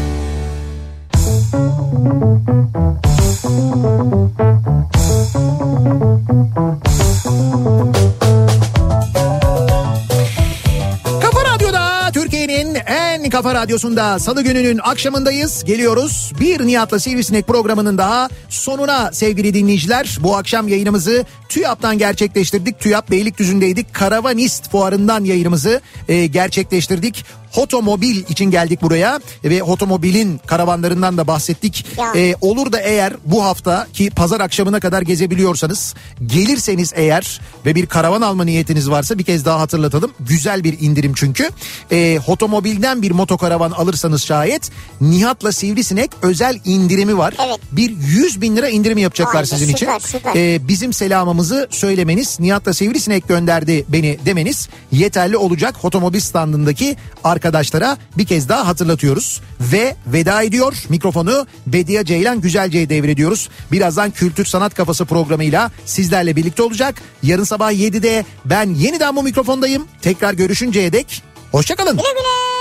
Kafa Radyo'da, Türkiye'nin en kafa radyosunda Salı gününün akşamındayız. Geliyoruz bir Nihat'la Sivrisinek programının daha sonuna sevgili dinleyiciler. Bu akşam yayınımızı TÜYAP'tan gerçekleştirdik. TÜYAP Beylikdüzü'ndeydik. Karavanist fuarından yayınımızı e, gerçekleştirdik. Hotomobil için geldik buraya ve Hotomobil'in karavanlarından da bahsettik. Ee, olur da eğer bu hafta ki pazar akşamına kadar gezebiliyorsanız, gelirseniz eğer ve bir karavan alma niyetiniz varsa bir kez daha hatırlatalım. Güzel bir indirim çünkü. Ee, Hotomobil'den bir motokaravan alırsanız şayet Nihat'la Sivrisinek özel indirimi var. Evet. Bir yüz bin lira indirim yapacaklar Aynen, sizin süper, için. Süper. Ee, bizim selamımızı söylemeniz, Nihat'la Sivrisinek gönderdi beni demeniz yeterli olacak. Hotomobil standındaki arkadaşlara bir kez daha hatırlatıyoruz. Ve veda ediyor. Mikrofonu Bediye Ceylan Güzelce'ye devrediyoruz. Birazdan Kültür Sanat Kafası programıyla sizlerle birlikte olacak. Yarın sabah yedide ben yeniden bu mikrofondayım. Tekrar görüşünceye dek hoşça kalın. Güle güle.